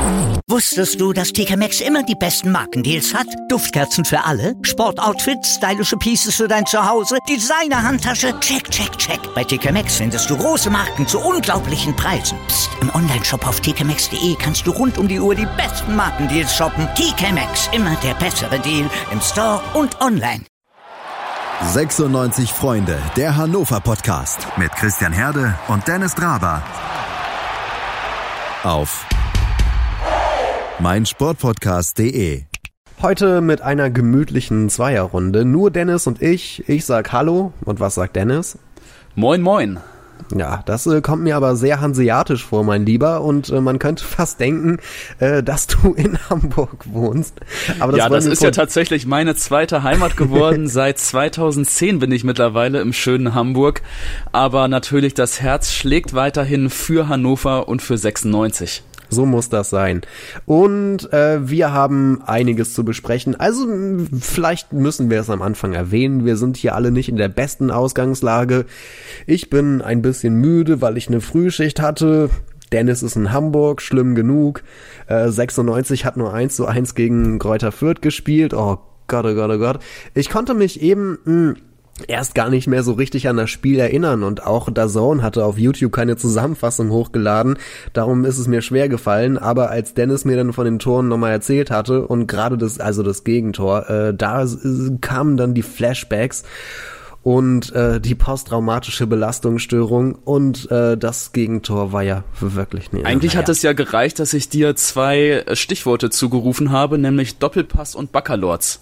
Wusstest du, dass TK Maxx immer die besten Markendeals hat? Duftkerzen für alle, Sportoutfits, stylische Pieces für dein Zuhause, Designer-Handtasche, check, check, check. Bei TK Maxx findest du große Marken zu unglaublichen Preisen. Psst. Im Onlineshop auf tkmaxx.de kannst du rund um die Uhr die besten Markendeals shoppen. TK Maxx, immer der bessere Deal im Store und online. 96 Freunde, der Hannover-Podcast mit Christian Herde und Dennis Draber. Auf meinsportpodcast.de. Heute mit einer gemütlichen Zweierrunde. Nur Dennis und ich. Ich sag Hallo. Und was sagt Dennis? Moin, moin. Ja, das kommt mir aber sehr hanseatisch vor, mein Lieber. Und man könnte fast denken, dass du in Hamburg wohnst. Aber das ist ja tatsächlich meine zweite Heimat geworden. Seit 2010 bin ich mittlerweile im schönen Hamburg. Aber natürlich, das Herz schlägt weiterhin für Hannover und für 96. So muss das sein. Und wir haben einiges zu besprechen. Also vielleicht müssen wir es am Anfang erwähnen. Wir sind hier alle nicht in der besten Ausgangslage. Ich bin ein bisschen müde, weil ich eine Frühschicht hatte. Dennis ist in Hamburg, schlimm genug. 96 hat nur 1:1 gegen Greuther Fürth gespielt. Oh Gott, oh Gott, oh Gott. Ich konnte mich eben erst gar nicht mehr so richtig an das Spiel erinnern und auch DAZN hatte auf YouTube keine Zusammenfassung hochgeladen, darum ist es mir schwer gefallen, aber als Dennis mir dann von den Toren nochmal erzählt hatte und gerade das Gegentor, da kamen dann die Flashbacks und die posttraumatische Belastungsstörung und das Gegentor war ja wirklich nicht. Eigentlich hat es ja gereicht, dass ich dir 2 Stichworte zugerufen habe, nämlich Doppelpass und Baccalords.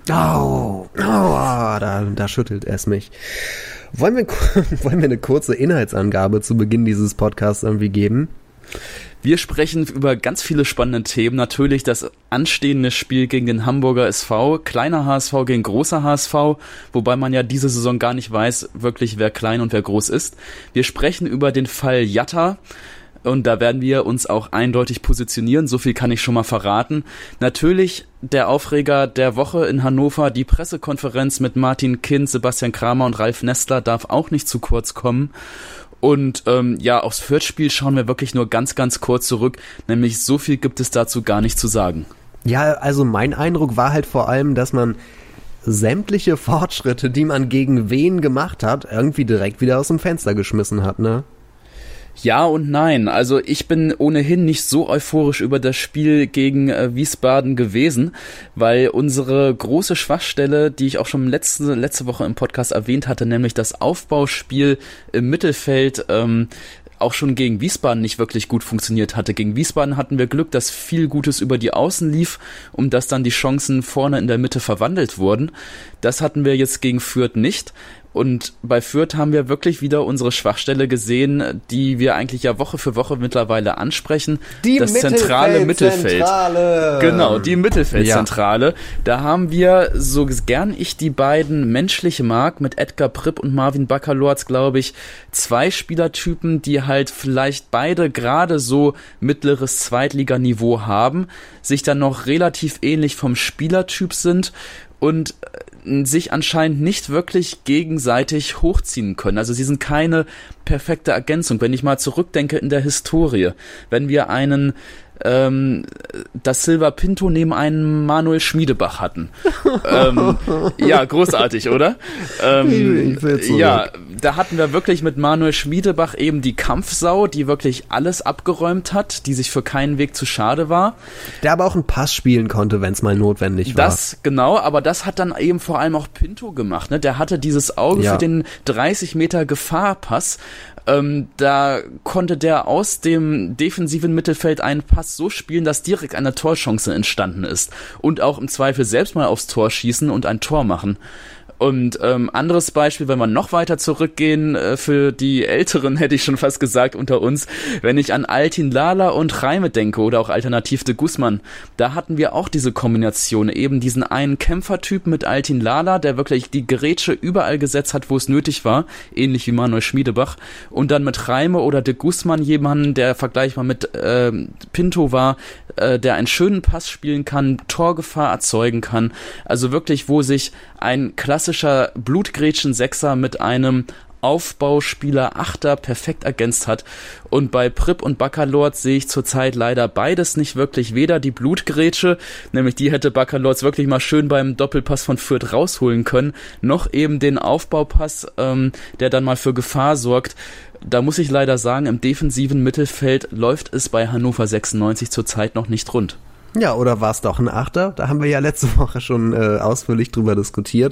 Da schüttelt es mich. Wollen wir eine kurze Inhaltsangabe zu Beginn dieses Podcasts irgendwie geben? Wir sprechen über ganz viele spannende Themen. Natürlich das anstehende Spiel gegen den Hamburger SV, kleiner HSV gegen großer HSV, wobei man ja diese Saison gar nicht weiß, wirklich wer klein und wer groß ist. Wir sprechen über den Fall Jatta. Und da werden wir uns auch eindeutig positionieren, so viel kann ich schon mal verraten. Natürlich der Aufreger der Woche in Hannover, die Pressekonferenz mit Martin Kind, Sebastian Kramer und Ralf Nestler darf auch nicht zu kurz kommen. Und aufs Fürth-Spiel schauen wir wirklich nur ganz, ganz kurz zurück, nämlich so viel gibt es dazu gar nicht zu sagen. Ja, also mein Eindruck war halt vor allem, dass man sämtliche Fortschritte, die man gegen wen gemacht hat, irgendwie direkt wieder aus dem Fenster geschmissen hat, ne? Ja und nein. Also ich bin ohnehin nicht so euphorisch über das Spiel gegen Wiesbaden gewesen, weil unsere große Schwachstelle, die ich auch schon letzte Woche im Podcast erwähnt hatte, nämlich das Aufbauspiel im Mittelfeld, auch schon gegen Wiesbaden nicht wirklich gut funktioniert hatte. Gegen Wiesbaden hatten wir Glück, dass viel Gutes über die Außen lief und dass dann die Chancen vorne in der Mitte verwandelt wurden. Das hatten wir jetzt gegen Fürth nicht. Und bei Fürth haben wir wirklich wieder unsere Schwachstelle gesehen, die wir eigentlich ja Woche für Woche mittlerweile ansprechen. Das zentrale Mittelfeld. Genau, die Mittelfeldzentrale. Ja. Da haben wir, so gern ich die beiden menschlich mag, mit Edgar Pripp und Marvin Baccalords, glaube ich, 2 Spielertypen, die halt vielleicht beide gerade so mittleres Zweitliganiveau haben, sich dann noch relativ ähnlich vom Spielertyp sind und sich anscheinend nicht wirklich gegenseitig hochziehen können. Also sie sind keine perfekte Ergänzung. Wenn ich mal zurückdenke in der Historie, wenn wir einen das Silva Pinto neben einen Manuel Schmiedebach hatten. Ja, großartig, oder? Ja, da hatten wir wirklich mit Manuel Schmiedebach eben die Kampfsau, die wirklich alles abgeräumt hat, die sich für keinen Weg zu schade war. Der aber auch einen Pass spielen konnte, wenn es mal notwendig war. Das, genau, aber das hat dann eben vor allem auch Pinto gemacht, ne? Der hatte dieses Auge für den 30 Meter Gefahrpass. Da konnte der aus dem defensiven Mittelfeld einen Pass so spielen, dass direkt eine Torchance entstanden ist. Und auch im Zweifel selbst mal aufs Tor schießen und ein Tor machen. Und anderes Beispiel, wenn wir noch weiter zurückgehen, für die Älteren hätte ich schon fast gesagt unter uns, wenn ich an Altin Lala und Reime denke oder auch alternativ de Guzman, da hatten wir auch diese Kombination, eben diesen einen Kämpfertyp mit Altin Lala, der wirklich die Grätsche überall gesetzt hat, wo es nötig war, ähnlich wie Manuel Schmiedebach, und dann mit Reime oder de Guzman jemanden, der vergleichbar mit Pinto war, der einen schönen Pass spielen kann, Torgefahr erzeugen kann, also wirklich, wo sich ein klassischer Blutgrätschen-Sechser mit einem Aufbauspieler, Achter perfekt ergänzt hat. Und bei Prip und Baccalords sehe ich zurzeit leider beides nicht wirklich. Weder die Blutgrätsche, nämlich die hätte Baccalords wirklich mal schön beim Doppelpass von Fürth rausholen können, noch eben den Aufbaupass, der dann mal für Gefahr sorgt. Da muss ich leider sagen, im defensiven Mittelfeld läuft es bei Hannover 96 zurzeit noch nicht rund. Ja, oder war es doch ein Achter? Da haben wir ja letzte Woche schon ausführlich drüber diskutiert.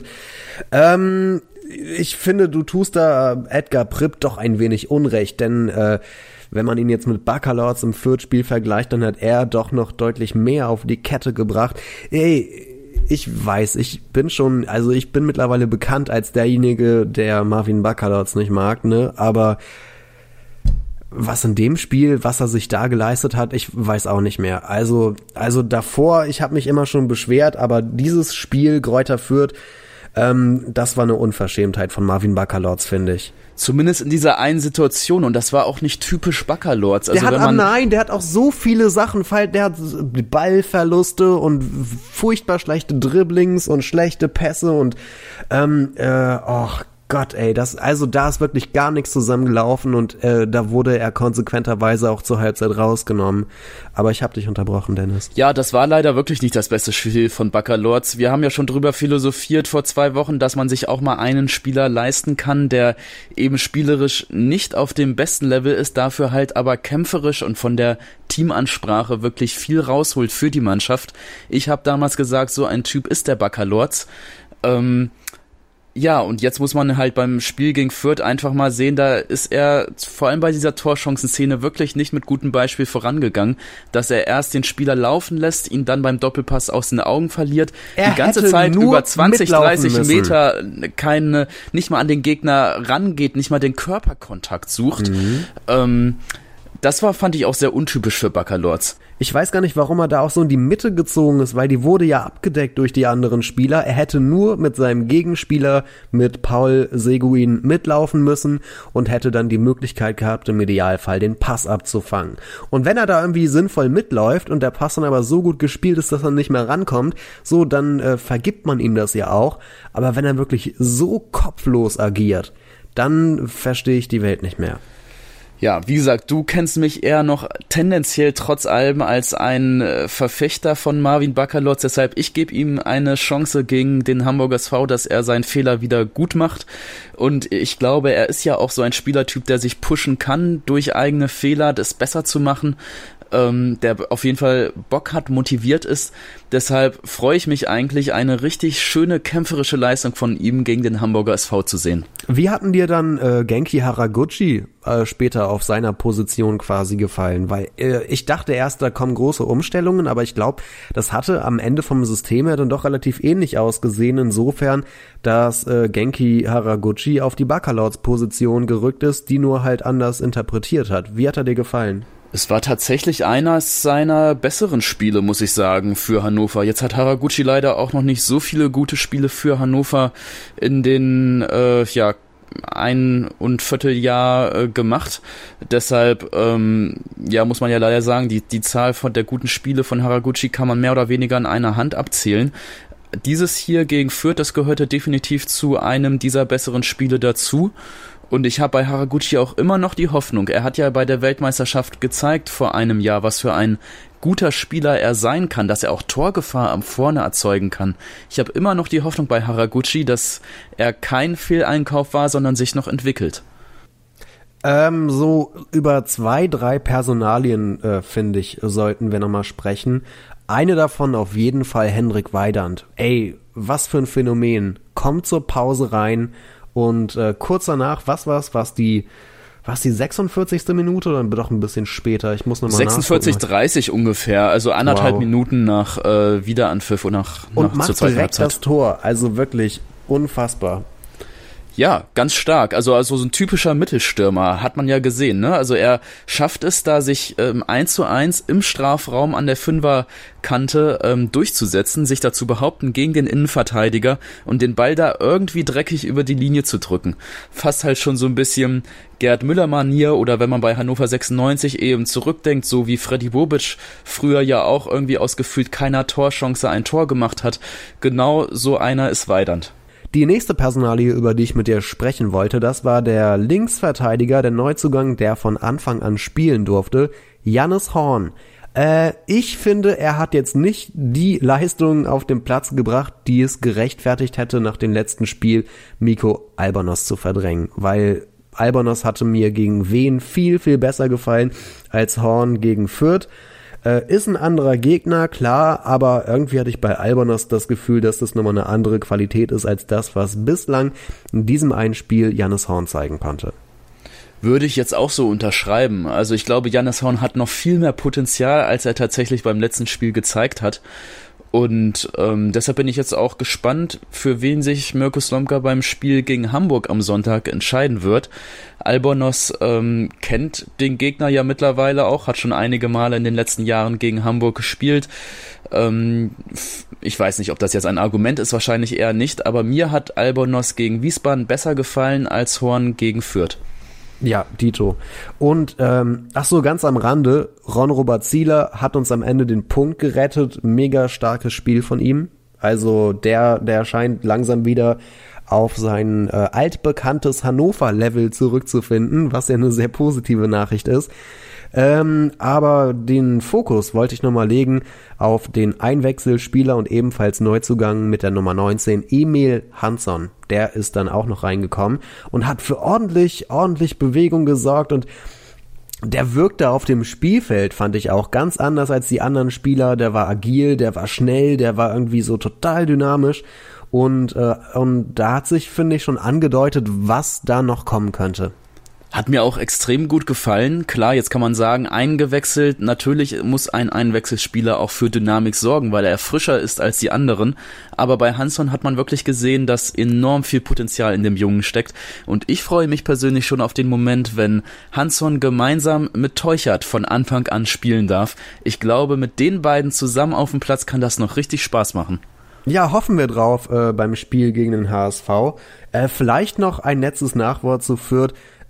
Ich finde, du tust da Edgar Prip doch ein wenig Unrecht, denn wenn man ihn jetzt mit Baccalords im Fürth-Spiel vergleicht, dann hat er doch noch deutlich mehr auf die Kette gebracht. Ich weiß, ich bin mittlerweile bekannt als derjenige, der Marvin Baccalords nicht mag, ne, aber was in dem Spiel, was er sich da geleistet hat, ich weiß auch nicht mehr. Also davor, ich habe mich immer schon beschwert, aber dieses Spiel, Greuther Fürth, das war eine Unverschämtheit von Marvin Baccalords, finde ich. Zumindest in dieser einen Situation, und das war auch nicht typisch Baccalords. Also der hat auch so viele Sachen, der hat Ballverluste und furchtbar schlechte Dribblings und schlechte Pässe und Gott, ey, da ist wirklich gar nichts zusammengelaufen und da wurde er konsequenterweise auch zur Halbzeit rausgenommen. Aber ich habe dich unterbrochen, Dennis. Ja, das war leider wirklich nicht das beste Spiel von Baccalords. Wir haben ja schon drüber philosophiert vor 2 Wochen, dass man sich auch mal einen Spieler leisten kann, der eben spielerisch nicht auf dem besten Level ist, dafür halt aber kämpferisch und von der Teamansprache wirklich viel rausholt für die Mannschaft. Ich habe damals gesagt, so ein Typ ist der Baccalords. Ja, und jetzt muss man halt beim Spiel gegen Fürth einfach mal sehen, da ist er vor allem bei dieser Torchancenszene wirklich nicht mit gutem Beispiel vorangegangen, dass er erst den Spieler laufen lässt, ihn dann beim Doppelpass aus den Augen verliert, die ganze Zeit über 20, 30 Meter nicht mal an den Gegner rangeht, nicht mal den Körperkontakt sucht. Das fand ich auch sehr untypisch für Baccalords. Ich weiß gar nicht, warum er da auch so in die Mitte gezogen ist, weil die wurde ja abgedeckt durch die anderen Spieler. Er hätte nur mit seinem Gegenspieler, mit Paul Seguin, mitlaufen müssen und hätte dann die Möglichkeit gehabt, im Idealfall den Pass abzufangen. Und wenn er da irgendwie sinnvoll mitläuft und der Pass dann aber so gut gespielt ist, dass er nicht mehr rankommt, so, dann vergibt man ihm das ja auch. Aber wenn er wirklich so kopflos agiert, dann verstehe ich die Welt nicht mehr. Ja, wie gesagt, du kennst mich eher noch tendenziell trotz allem als ein Verfechter von Marvin Baccalords, deshalb ich gebe ihm eine Chance gegen den Hamburger SV, dass er seinen Fehler wieder gut macht, und ich glaube, er ist ja auch so ein Spielertyp, der sich pushen kann, durch eigene Fehler das besser zu machen, der auf jeden Fall Bock hat, motiviert ist. Deshalb freue ich mich eigentlich, eine richtig schöne kämpferische Leistung von ihm gegen den Hamburger SV zu sehen. Wie hatten dir dann Genki Haraguchi später auf seiner Position quasi gefallen? Weil ich dachte erst, da kommen große Umstellungen, aber ich glaube, das hatte am Ende vom System her dann doch relativ ähnlich ausgesehen, insofern, dass Genki Haraguchi auf die Baccalords Position gerückt ist, die nur halt anders interpretiert hat. Wie hat er dir gefallen? Es war tatsächlich eines seiner besseren Spiele, muss ich sagen, für Hannover. Jetzt hat Haraguchi leider auch noch nicht so viele gute Spiele für Hannover in den 1,25 Jahr gemacht. Deshalb muss man ja leider sagen, die Zahl der guten Spiele von Haraguchi kann man mehr oder weniger an einer Hand abzählen. Dieses hier gegen Fürth, das gehörte definitiv zu einem dieser besseren Spiele dazu. Und ich habe bei Haraguchi auch immer noch die Hoffnung. Er hat ja bei der Weltmeisterschaft gezeigt vor einem Jahr, was für ein guter Spieler er sein kann, dass er auch Torgefahr am Vorne erzeugen kann. Ich habe immer noch die Hoffnung bei Haraguchi, dass er kein Fehleinkauf war, sondern sich noch entwickelt. So über 2, 3 Personalien, finde ich, sollten wir nochmal sprechen. Eine davon auf jeden Fall Hendrik Weidand. Ey, was für ein Phänomen. Kommt zur Pause rein. Und kurz danach, was die 46. Minute oder doch ein bisschen später? Ich muss nochmal 46:30 ungefähr, also 1,5 Minuten nach Wiederanpfiff und nach macht zur direkt das Tor, also wirklich unfassbar. Ja, ganz stark. Also so ein typischer Mittelstürmer, hat man ja gesehen, ne? Also er schafft es da, sich 1:1 im Strafraum an der Fünferkante durchzusetzen, sich da zu behaupten gegen den Innenverteidiger und den Ball da irgendwie dreckig über die Linie zu drücken. Fast halt schon so ein bisschen Gerd Müller-Manier, oder wenn man bei Hannover 96 eben zurückdenkt, so wie Freddy Bobic früher ja auch irgendwie aus gefühlt keiner Torchance ein Tor gemacht hat. Genau so einer ist Weidand. Die nächste Personalie, über die ich mit dir sprechen wollte, das war der Linksverteidiger, der Neuzugang, der von Anfang an spielen durfte, Jannes Horn. Ich finde, er hat jetzt nicht die Leistungen auf den Platz gebracht, die es gerechtfertigt hätte, nach dem letzten Spiel Mikko Albonos zu verdrängen, weil Albonos hatte mir gegen Wien viel, viel besser gefallen als Horn gegen Fürth. Ist ein anderer Gegner, klar, aber irgendwie hatte ich bei Albonos das Gefühl, dass das nochmal eine andere Qualität ist als das, was bislang in diesem einen Spiel Jannes Horn zeigen konnte. Würde ich jetzt auch so unterschreiben. Also ich glaube, Jannes Horn hat noch viel mehr Potenzial, als er tatsächlich beim letzten Spiel gezeigt hat. Und deshalb bin ich jetzt auch gespannt, für wen sich Mirko Slomka beim Spiel gegen Hamburg am Sonntag entscheiden wird. Albonos kennt den Gegner ja mittlerweile auch, hat schon einige Male in den letzten Jahren gegen Hamburg gespielt. Ich weiß nicht, ob das jetzt ein Argument ist, wahrscheinlich eher nicht, aber mir hat Albonos gegen Wiesbaden besser gefallen als Horn gegen Fürth. Ja, Dito. Und ganz am Rande, Ron-Robert Zieler hat uns am Ende den Punkt gerettet. Mega starkes Spiel von ihm. Also der scheint langsam wieder auf sein altbekanntes Hannover-Level zurückzufinden, was ja eine sehr positive Nachricht ist. Aber den Fokus wollte ich nochmal legen auf den Einwechselspieler und ebenfalls Neuzugang mit der Nummer 19, Emil Hansson. Der ist dann auch noch reingekommen und hat für ordentlich Bewegung gesorgt und der wirkte auf dem Spielfeld, fand ich auch, ganz anders als die anderen Spieler. Der war agil, der war schnell, der war irgendwie so total dynamisch und da hat sich, finde ich, schon angedeutet, was da noch kommen könnte. Hat mir auch extrem gut gefallen. Klar, jetzt kann man sagen, eingewechselt. Natürlich muss ein Einwechselspieler auch für Dynamik sorgen, weil er frischer ist als die anderen. Aber bei Hansson hat man wirklich gesehen, dass enorm viel Potenzial in dem Jungen steckt. Und ich freue mich persönlich schon auf den Moment, wenn Hansson gemeinsam mit Teuchert von Anfang an spielen darf. Ich glaube, mit den beiden zusammen auf dem Platz kann das noch richtig Spaß machen. Ja, hoffen wir drauf beim Spiel gegen den HSV. Vielleicht noch ein letztes Nachwort zu Fürth.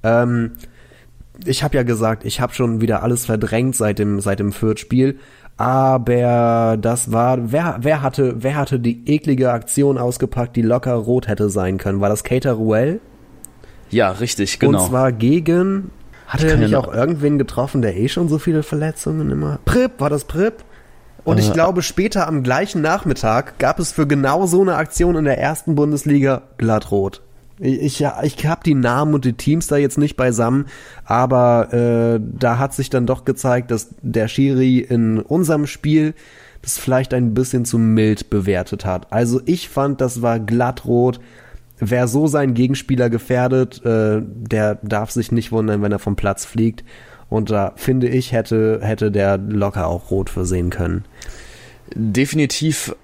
Ich habe ja gesagt, ich habe schon wieder alles verdrängt seit dem Fürth-Spiel, aber das war, wer hatte die eklige Aktion ausgepackt, die locker rot hätte sein können? War das Keita Ruel? Ja, richtig, genau. Und zwar gegen, hatte er nicht auch irgendwen getroffen, der schon so viele Verletzungen immer? War das Prip? Und ich glaube, später am gleichen Nachmittag gab es für genau so eine Aktion in der ersten Bundesliga glattrot. Ich habe die Namen und die Teams da jetzt nicht beisammen, aber da hat sich dann doch gezeigt, dass der Schiri in unserem Spiel das vielleicht ein bisschen zu mild bewertet hat. Also ich fand, das war glattrot. Wer so seinen Gegenspieler gefährdet, der darf sich nicht wundern, wenn er vom Platz fliegt. Und da, finde ich, hätte der locker auch rot versehen können. Definitiv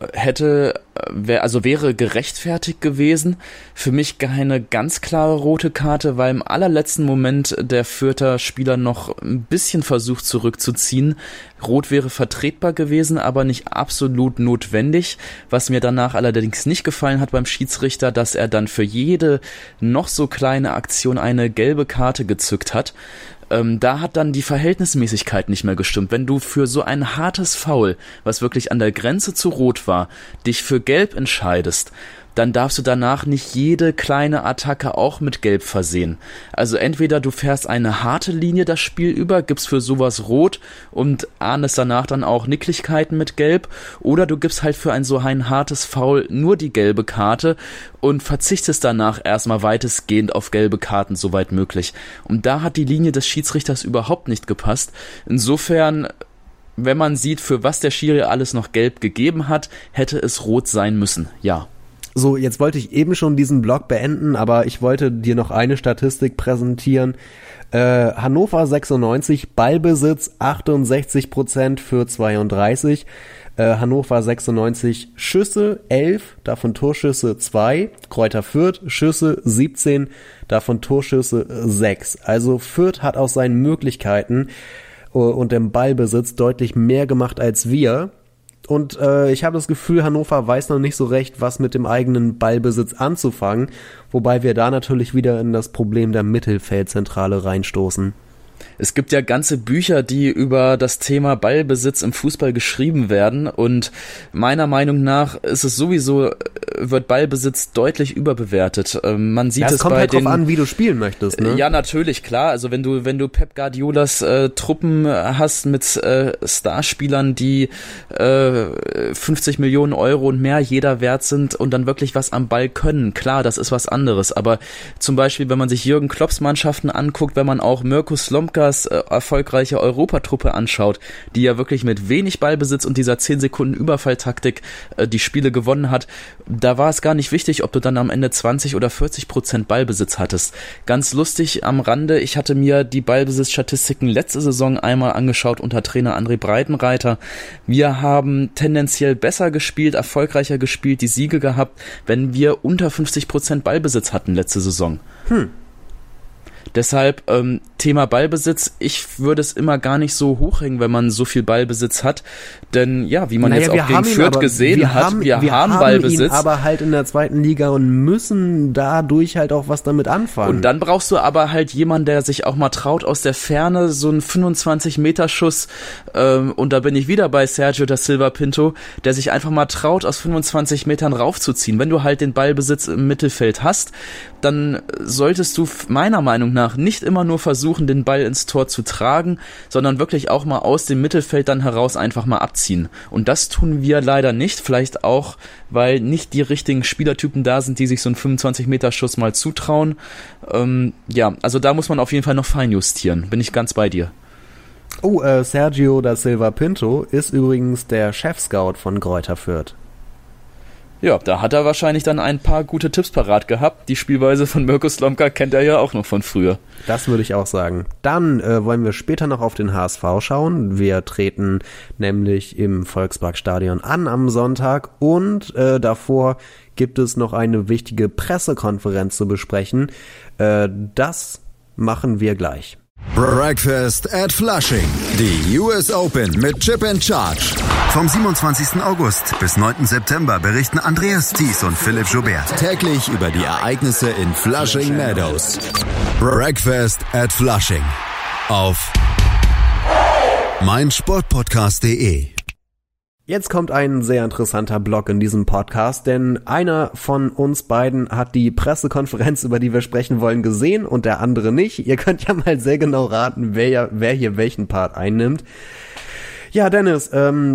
wäre gerechtfertigt gewesen. Für mich keine ganz klare rote Karte, weil im allerletzten Moment der Fürther Spieler noch ein bisschen versucht zurückzuziehen. Rot wäre vertretbar gewesen, aber nicht absolut notwendig. Was mir danach allerdings nicht gefallen hat beim Schiedsrichter, dass er dann für jede noch so kleine Aktion eine gelbe Karte gezückt hat. Da hat dann die Verhältnismäßigkeit nicht mehr gestimmt. Wenn du für so ein hartes Foul, was wirklich an der Grenze zu rot war, dich für gelb entscheidest, dann darfst du danach nicht jede kleine Attacke auch mit gelb versehen. Also entweder du fährst eine harte Linie das Spiel über, gibst für sowas rot und ahndest danach dann auch Nicklichkeiten mit gelb, oder du gibst halt für so ein hartes Foul nur die gelbe Karte und verzichtest danach erstmal weitestgehend auf gelbe Karten, soweit möglich. Und da hat die Linie des Schiedsrichters überhaupt nicht gepasst. Insofern, wenn man sieht, für was der Schiri alles noch gelb gegeben hat, hätte es rot sein müssen, ja. So, jetzt wollte ich eben schon diesen Blog beenden, aber ich wollte dir noch eine Statistik präsentieren. Hannover 96, Ballbesitz 68%, für 32. Hannover 96 Schüsse 11, davon Torschüsse 2. Kräuter Fürth Schüsse 17, davon Torschüsse 6. Also Fürth hat aus seinen Möglichkeiten und dem Ballbesitz deutlich mehr gemacht als wir. Und ich habe das Gefühl, Hannover weiß noch nicht so recht, was mit dem eigenen Ballbesitz anzufangen, wobei wir da natürlich wieder in das Problem der Mittelfeldzentrale reinstoßen. Es gibt ja ganze Bücher, die über das Thema Ballbesitz im Fußball geschrieben werden und meiner Meinung nach ist es sowieso, wird Ballbesitz deutlich überbewertet. Man sieht es kommt bei halt drauf an, wie du spielen möchtest, ne? Ja, natürlich, klar. Also wenn du Pep Guardiolas Truppen hast mit Starspielern, die 50 Millionen Euro und mehr jeder wert sind und dann wirklich was am Ball können, klar, das ist was anderes. Aber zum Beispiel, wenn man sich Jürgen Klopps Mannschaften anguckt, wenn man auch Mirko Slomkas erfolgreiche Europatruppe anschaut, die ja wirklich mit wenig Ballbesitz und dieser 10 Sekunden Überfalltaktik die Spiele gewonnen hat, da war es gar nicht wichtig, ob du dann am Ende 20 oder 40% Ballbesitz hattest. Ganz lustig am Rande, ich hatte mir die Ballbesitzstatistiken letzte Saison einmal angeschaut unter Trainer André Breitenreiter. Wir haben tendenziell besser gespielt, erfolgreicher gespielt, die Siege gehabt, wenn wir unter 50% Ballbesitz hatten letzte Saison. Deshalb Thema Ballbesitz, ich würde es immer gar nicht so hochhängen, wenn man so viel Ballbesitz hat, denn ja, wie man jetzt auch gegen Fürth gesehen hat, wir haben Ballbesitz. Ihn aber halt in der zweiten Liga und müssen dadurch halt auch was damit anfangen. Und dann brauchst du aber halt jemanden, der sich auch mal traut aus der Ferne, so einen 25-Meter-Schuss und da bin ich wieder bei Sergio da Silva Pinto, der sich einfach mal traut, aus 25 Metern raufzuziehen. Wenn du halt den Ballbesitz im Mittelfeld hast, dann solltest du meiner Meinung nach nicht immer nur versuchen, den Ball ins Tor zu tragen, sondern wirklich auch mal aus dem Mittelfeld dann heraus einfach mal abziehen. Und das tun wir leider nicht, vielleicht auch, weil nicht die richtigen Spielertypen da sind, die sich so einen 25-Meter-Schuss mal zutrauen. Ja, also da muss man auf jeden Fall noch feinjustieren, bin ich ganz bei dir. Oh, Sergio da Silva Pinto ist übrigens der Chef-Scout von Greuther Fürth. Ja, da hat er wahrscheinlich dann ein paar gute Tipps parat gehabt. Die Spielweise von Mirko Slomka kennt er ja auch noch von früher. Das würde ich auch sagen. Dann wollen wir später noch auf den HSV schauen. Wir treten nämlich im Volksparkstadion an am Sonntag und davor gibt es noch eine wichtige Pressekonferenz zu besprechen. Das machen wir gleich. Breakfast at Flushing. Die US Open mit Chip and Charge. Vom 27. August bis 9. September berichten Andreas Thies und Philipp Joubert täglich über die Ereignisse in Flushing Meadows. Breakfast at Flushing. Auf meinsportpodcast.de. Jetzt kommt ein sehr interessanter Block in diesem Podcast, denn einer von uns beiden hat die Pressekonferenz, über die wir sprechen wollen, gesehen und der andere nicht. Ihr könnt ja mal sehr genau raten, wer hier welchen Part einnimmt. Ja, Dennis,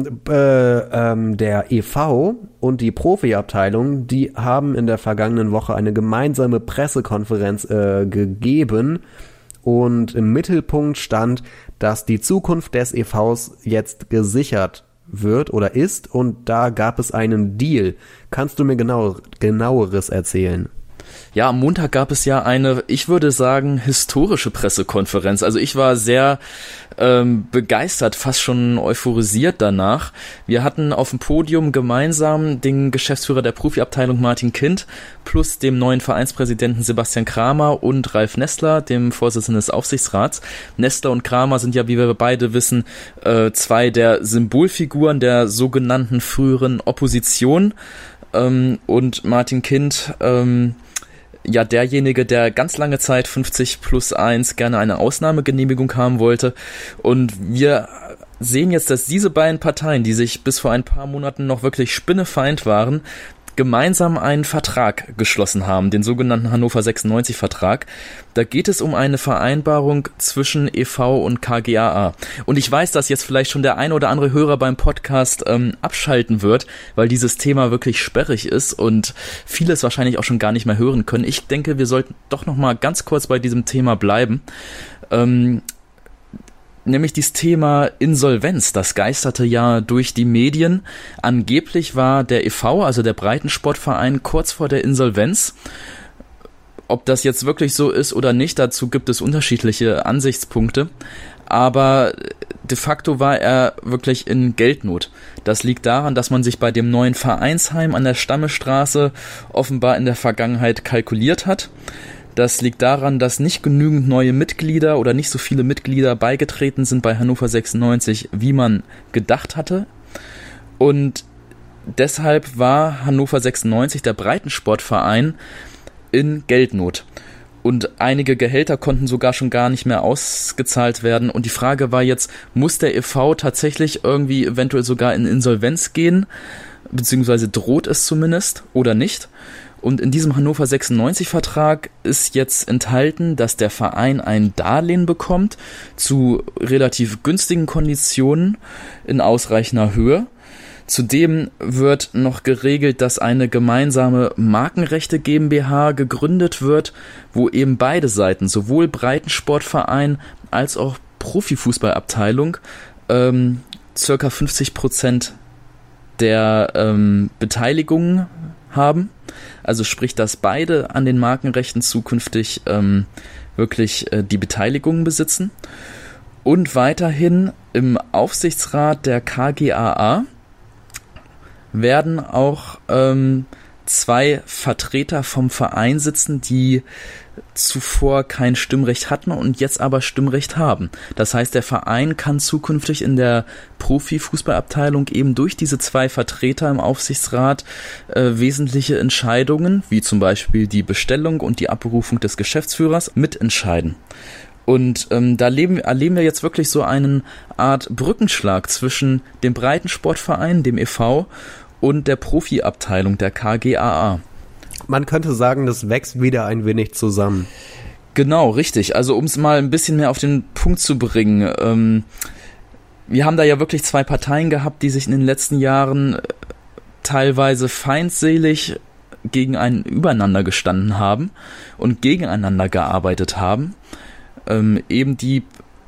der e.V. und die Profiabteilung, die haben in der vergangenen Woche eine gemeinsame Pressekonferenz gegeben und im Mittelpunkt stand, dass die Zukunft des e.V.s jetzt gesichert wird oder ist und da gab es einen Deal. Kannst du mir genaueres erzählen? Ja, am Montag gab es ja eine, ich würde sagen, historische Pressekonferenz. Also ich war sehr begeistert, fast schon euphorisiert danach. Wir hatten auf dem Podium gemeinsam den Geschäftsführer der Profiabteilung Martin Kind plus dem neuen Vereinspräsidenten Sebastian Kramer und Ralf Nestler, dem Vorsitzenden des Aufsichtsrats. Nestler und Kramer sind ja, wie wir beide wissen, zwei der Symbolfiguren der sogenannten früheren Opposition. Und Martin Kind, ja derjenige, der ganz lange Zeit 50+1 gerne eine Ausnahmegenehmigung haben wollte. Und wir sehen jetzt, dass diese beiden Parteien, die sich bis vor ein paar Monaten noch wirklich spinnefeind waren, gemeinsam einen Vertrag geschlossen haben, den sogenannten Hannover 96-Vertrag. Da geht es um eine Vereinbarung zwischen e.V. und KGaA. Und ich weiß, dass jetzt vielleicht schon der ein oder andere Hörer beim Podcast abschalten wird, weil dieses Thema wirklich sperrig ist und vieles wahrscheinlich auch schon gar nicht mehr hören können. Ich denke, wir sollten doch noch mal ganz kurz bei diesem Thema bleiben. Nämlich dieses Thema Insolvenz, das geisterte ja durch die Medien. Angeblich war der e.V., also der Breitensportverein, kurz vor der Insolvenz. Ob das jetzt wirklich so ist oder nicht, dazu gibt es unterschiedliche Ansichtspunkte. Aber de facto war er wirklich in Geldnot. Das liegt daran, dass man sich bei dem neuen Vereinsheim an der Stammestraße offenbar in der Vergangenheit kalkuliert hat. Das liegt daran, dass nicht genügend neue Mitglieder oder nicht so viele Mitglieder beigetreten sind bei Hannover 96, wie man gedacht hatte. Und deshalb war Hannover 96, der Breitensportverein, in Geldnot. Und einige Gehälter konnten sogar schon gar nicht mehr ausgezahlt werden. Und die Frage war jetzt, muss der e.V. tatsächlich irgendwie eventuell sogar in Insolvenz gehen, beziehungsweise droht es zumindest oder nicht? Und in diesem Hannover 96-Vertrag ist jetzt enthalten, dass der Verein ein Darlehen bekommt zu relativ günstigen Konditionen in ausreichender Höhe. Zudem wird noch geregelt, dass eine gemeinsame Markenrechte GmbH gegründet wird, wo eben beide Seiten, sowohl Breitensportverein als auch Profifußballabteilung, circa 50% der Beteiligungen haben. Also sprich, dass beide an den Markenrechten zukünftig wirklich die Beteiligungen besitzen. Und weiterhin im Aufsichtsrat der KGaA werden auch 2 Vertreter vom Verein sitzen, die zuvor kein Stimmrecht hatten und jetzt aber Stimmrecht haben. Das heißt, der Verein kann zukünftig in der Profifußballabteilung eben durch diese 2 Vertreter im Aufsichtsrat wesentliche Entscheidungen, wie zum Beispiel die Bestellung und die Abberufung des Geschäftsführers, mitentscheiden. Und da erleben wir jetzt wirklich so eine Art Brückenschlag zwischen dem Breitensportverein, dem e.V., und der Profiabteilung der KGaA. Man könnte sagen, das wächst wieder ein wenig zusammen. Genau, richtig. Also um es mal ein bisschen mehr auf den Punkt zu bringen. Wir haben da ja wirklich 2 Parteien gehabt, die sich in den letzten Jahren teilweise feindselig übereinander gestanden haben und gegeneinander gearbeitet haben. Eben die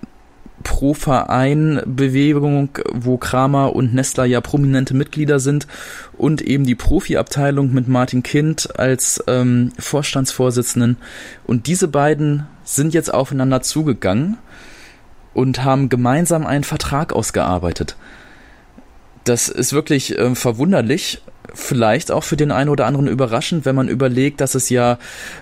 Pro-Verein-Bewegung, wo Kramer und Nestler ja prominente Mitglieder sind, und eben die Profi-Abteilung mit Martin Kind als Vorstandsvorsitzenden. Und diese beiden sind jetzt aufeinander zugegangen und haben gemeinsam einen Vertrag ausgearbeitet. Das ist wirklich verwunderlich, vielleicht auch für den einen oder anderen überraschend, wenn man überlegt, dass es ja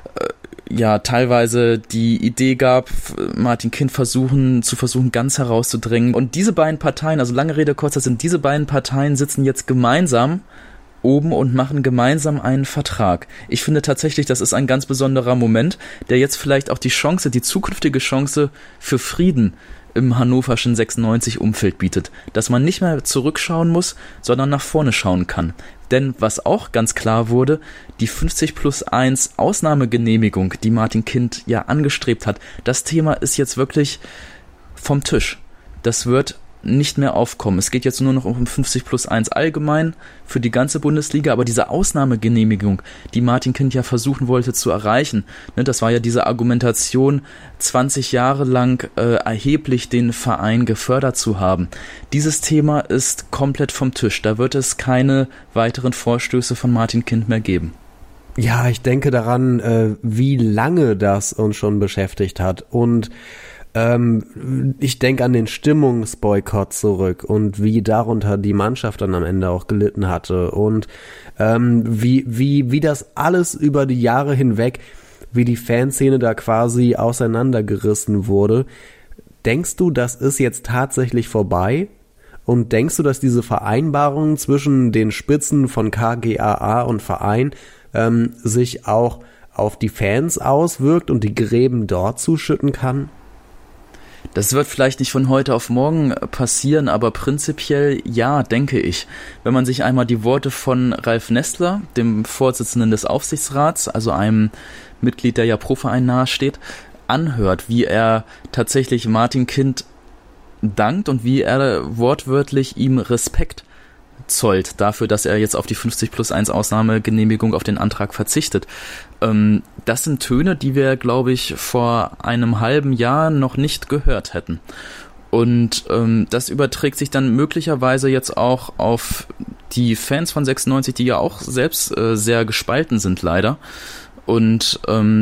teilweise die Idee gab, Martin Kind zu versuchen, ganz herauszudrängen. Und diese beiden Parteien, also lange Rede, kurzer Sinn, diese beiden Parteien sitzen jetzt gemeinsam oben und machen gemeinsam einen Vertrag. Ich finde tatsächlich, das ist ein ganz besonderer Moment, der jetzt vielleicht auch die zukünftige Chance für Frieden im hannoverschen 96-Umfeld bietet. Dass man nicht mehr zurückschauen muss, sondern nach vorne schauen kann. Denn was auch ganz klar wurde, die 50+1 Ausnahmegenehmigung, die Martin Kind ja angestrebt hat, das Thema ist jetzt wirklich vom Tisch. Das wird nicht mehr aufkommen. Es geht jetzt nur noch um 50+1 allgemein für die ganze Bundesliga, aber diese Ausnahmegenehmigung, die Martin Kind ja versuchen wollte zu erreichen, das war ja diese Argumentation, 20 Jahre lang erheblich den Verein gefördert zu haben. Dieses Thema ist komplett vom Tisch. Da wird es keine weiteren Vorstöße von Martin Kind mehr geben. Ja, ich denke daran, wie lange das uns schon beschäftigt hat, und ich denke an den Stimmungsboykott zurück und wie darunter die Mannschaft dann am Ende auch gelitten hatte, und wie das alles über die Jahre hinweg, wie die Fanszene da quasi auseinandergerissen wurde. Denkst du, das ist jetzt tatsächlich vorbei? Und denkst du, dass diese Vereinbarung zwischen den Spitzen von KGaA und Verein sich auch auf die Fans auswirkt und die Gräben dort zuschütten kann? Das wird vielleicht nicht von heute auf morgen passieren, aber prinzipiell ja, denke ich. Wenn man sich einmal die Worte von Ralf Nestler, dem Vorsitzenden des Aufsichtsrats, also einem Mitglied, der ja Pro-Verein nahesteht, anhört, wie er tatsächlich Martin Kind dankt und wie er wortwörtlich ihm Respekt zollt dafür, dass er jetzt auf die 50+1 Ausnahmegenehmigung auf den Antrag verzichtet. Das sind Töne, die wir, glaube ich, vor einem halben Jahr noch nicht gehört hätten. Und das überträgt sich dann möglicherweise jetzt auch auf die Fans von 96, die ja auch selbst sehr gespalten sind, leider. Und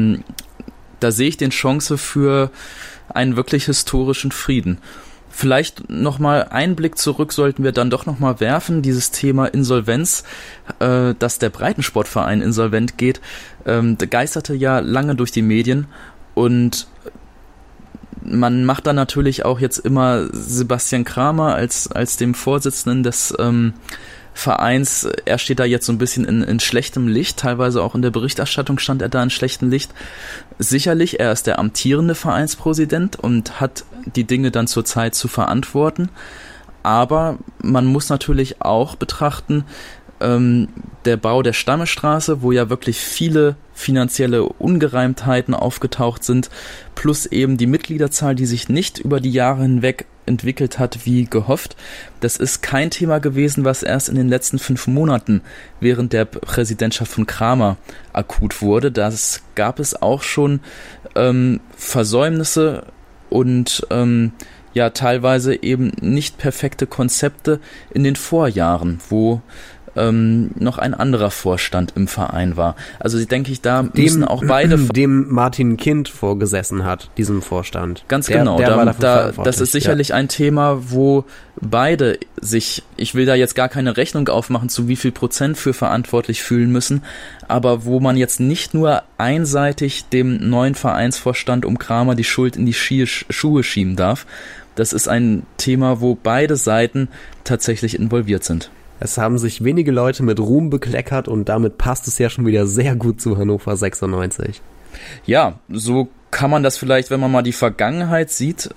da sehe ich den Chance für einen wirklich historischen Frieden. Vielleicht nochmal einen Blick zurück sollten wir dann doch nochmal werfen, dieses Thema Insolvenz, dass der Breitensportverein insolvent geht, geisterte ja lange durch die Medien, und man macht dann natürlich auch jetzt immer Sebastian Kramer als dem Vorsitzenden des Vereins. Er steht da jetzt so ein bisschen in schlechtem Licht, teilweise auch in der Berichterstattung stand er da in schlechtem Licht. Sicherlich, er ist der amtierende Vereinspräsident und hat die Dinge dann zurzeit zu verantworten. Aber man muss natürlich auch betrachten, der Bau der Stammestraße, wo ja wirklich viele finanzielle Ungereimtheiten aufgetaucht sind, plus eben die Mitgliederzahl, die sich nicht über die Jahre hinweg entwickelt hat wie gehofft. Das ist kein Thema gewesen, was erst in den letzten 5 Monaten während der Präsidentschaft von Kramer akut wurde. Das gab es auch schon Versäumnisse und teilweise eben nicht perfekte Konzepte in den Vorjahren, wo noch ein anderer Vorstand im Verein war. Also denke ich, da müssen auch beide... Dem Martin Kind vorgesessen hat, diesem Vorstand. Ganz genau. Das ist sicherlich ein Thema, wo beide sich, ich will da jetzt gar keine Rechnung aufmachen, zu wie viel Prozent für verantwortlich fühlen müssen, aber wo man jetzt nicht nur einseitig dem neuen Vereinsvorstand um Kramer die Schuld in die Schuhe schieben darf. Das ist ein Thema, wo beide Seiten tatsächlich involviert sind. Es haben sich wenige Leute mit Ruhm bekleckert und damit passt es ja schon wieder sehr gut zu Hannover 96. Ja, so kann man das vielleicht, wenn man mal die Vergangenheit sieht,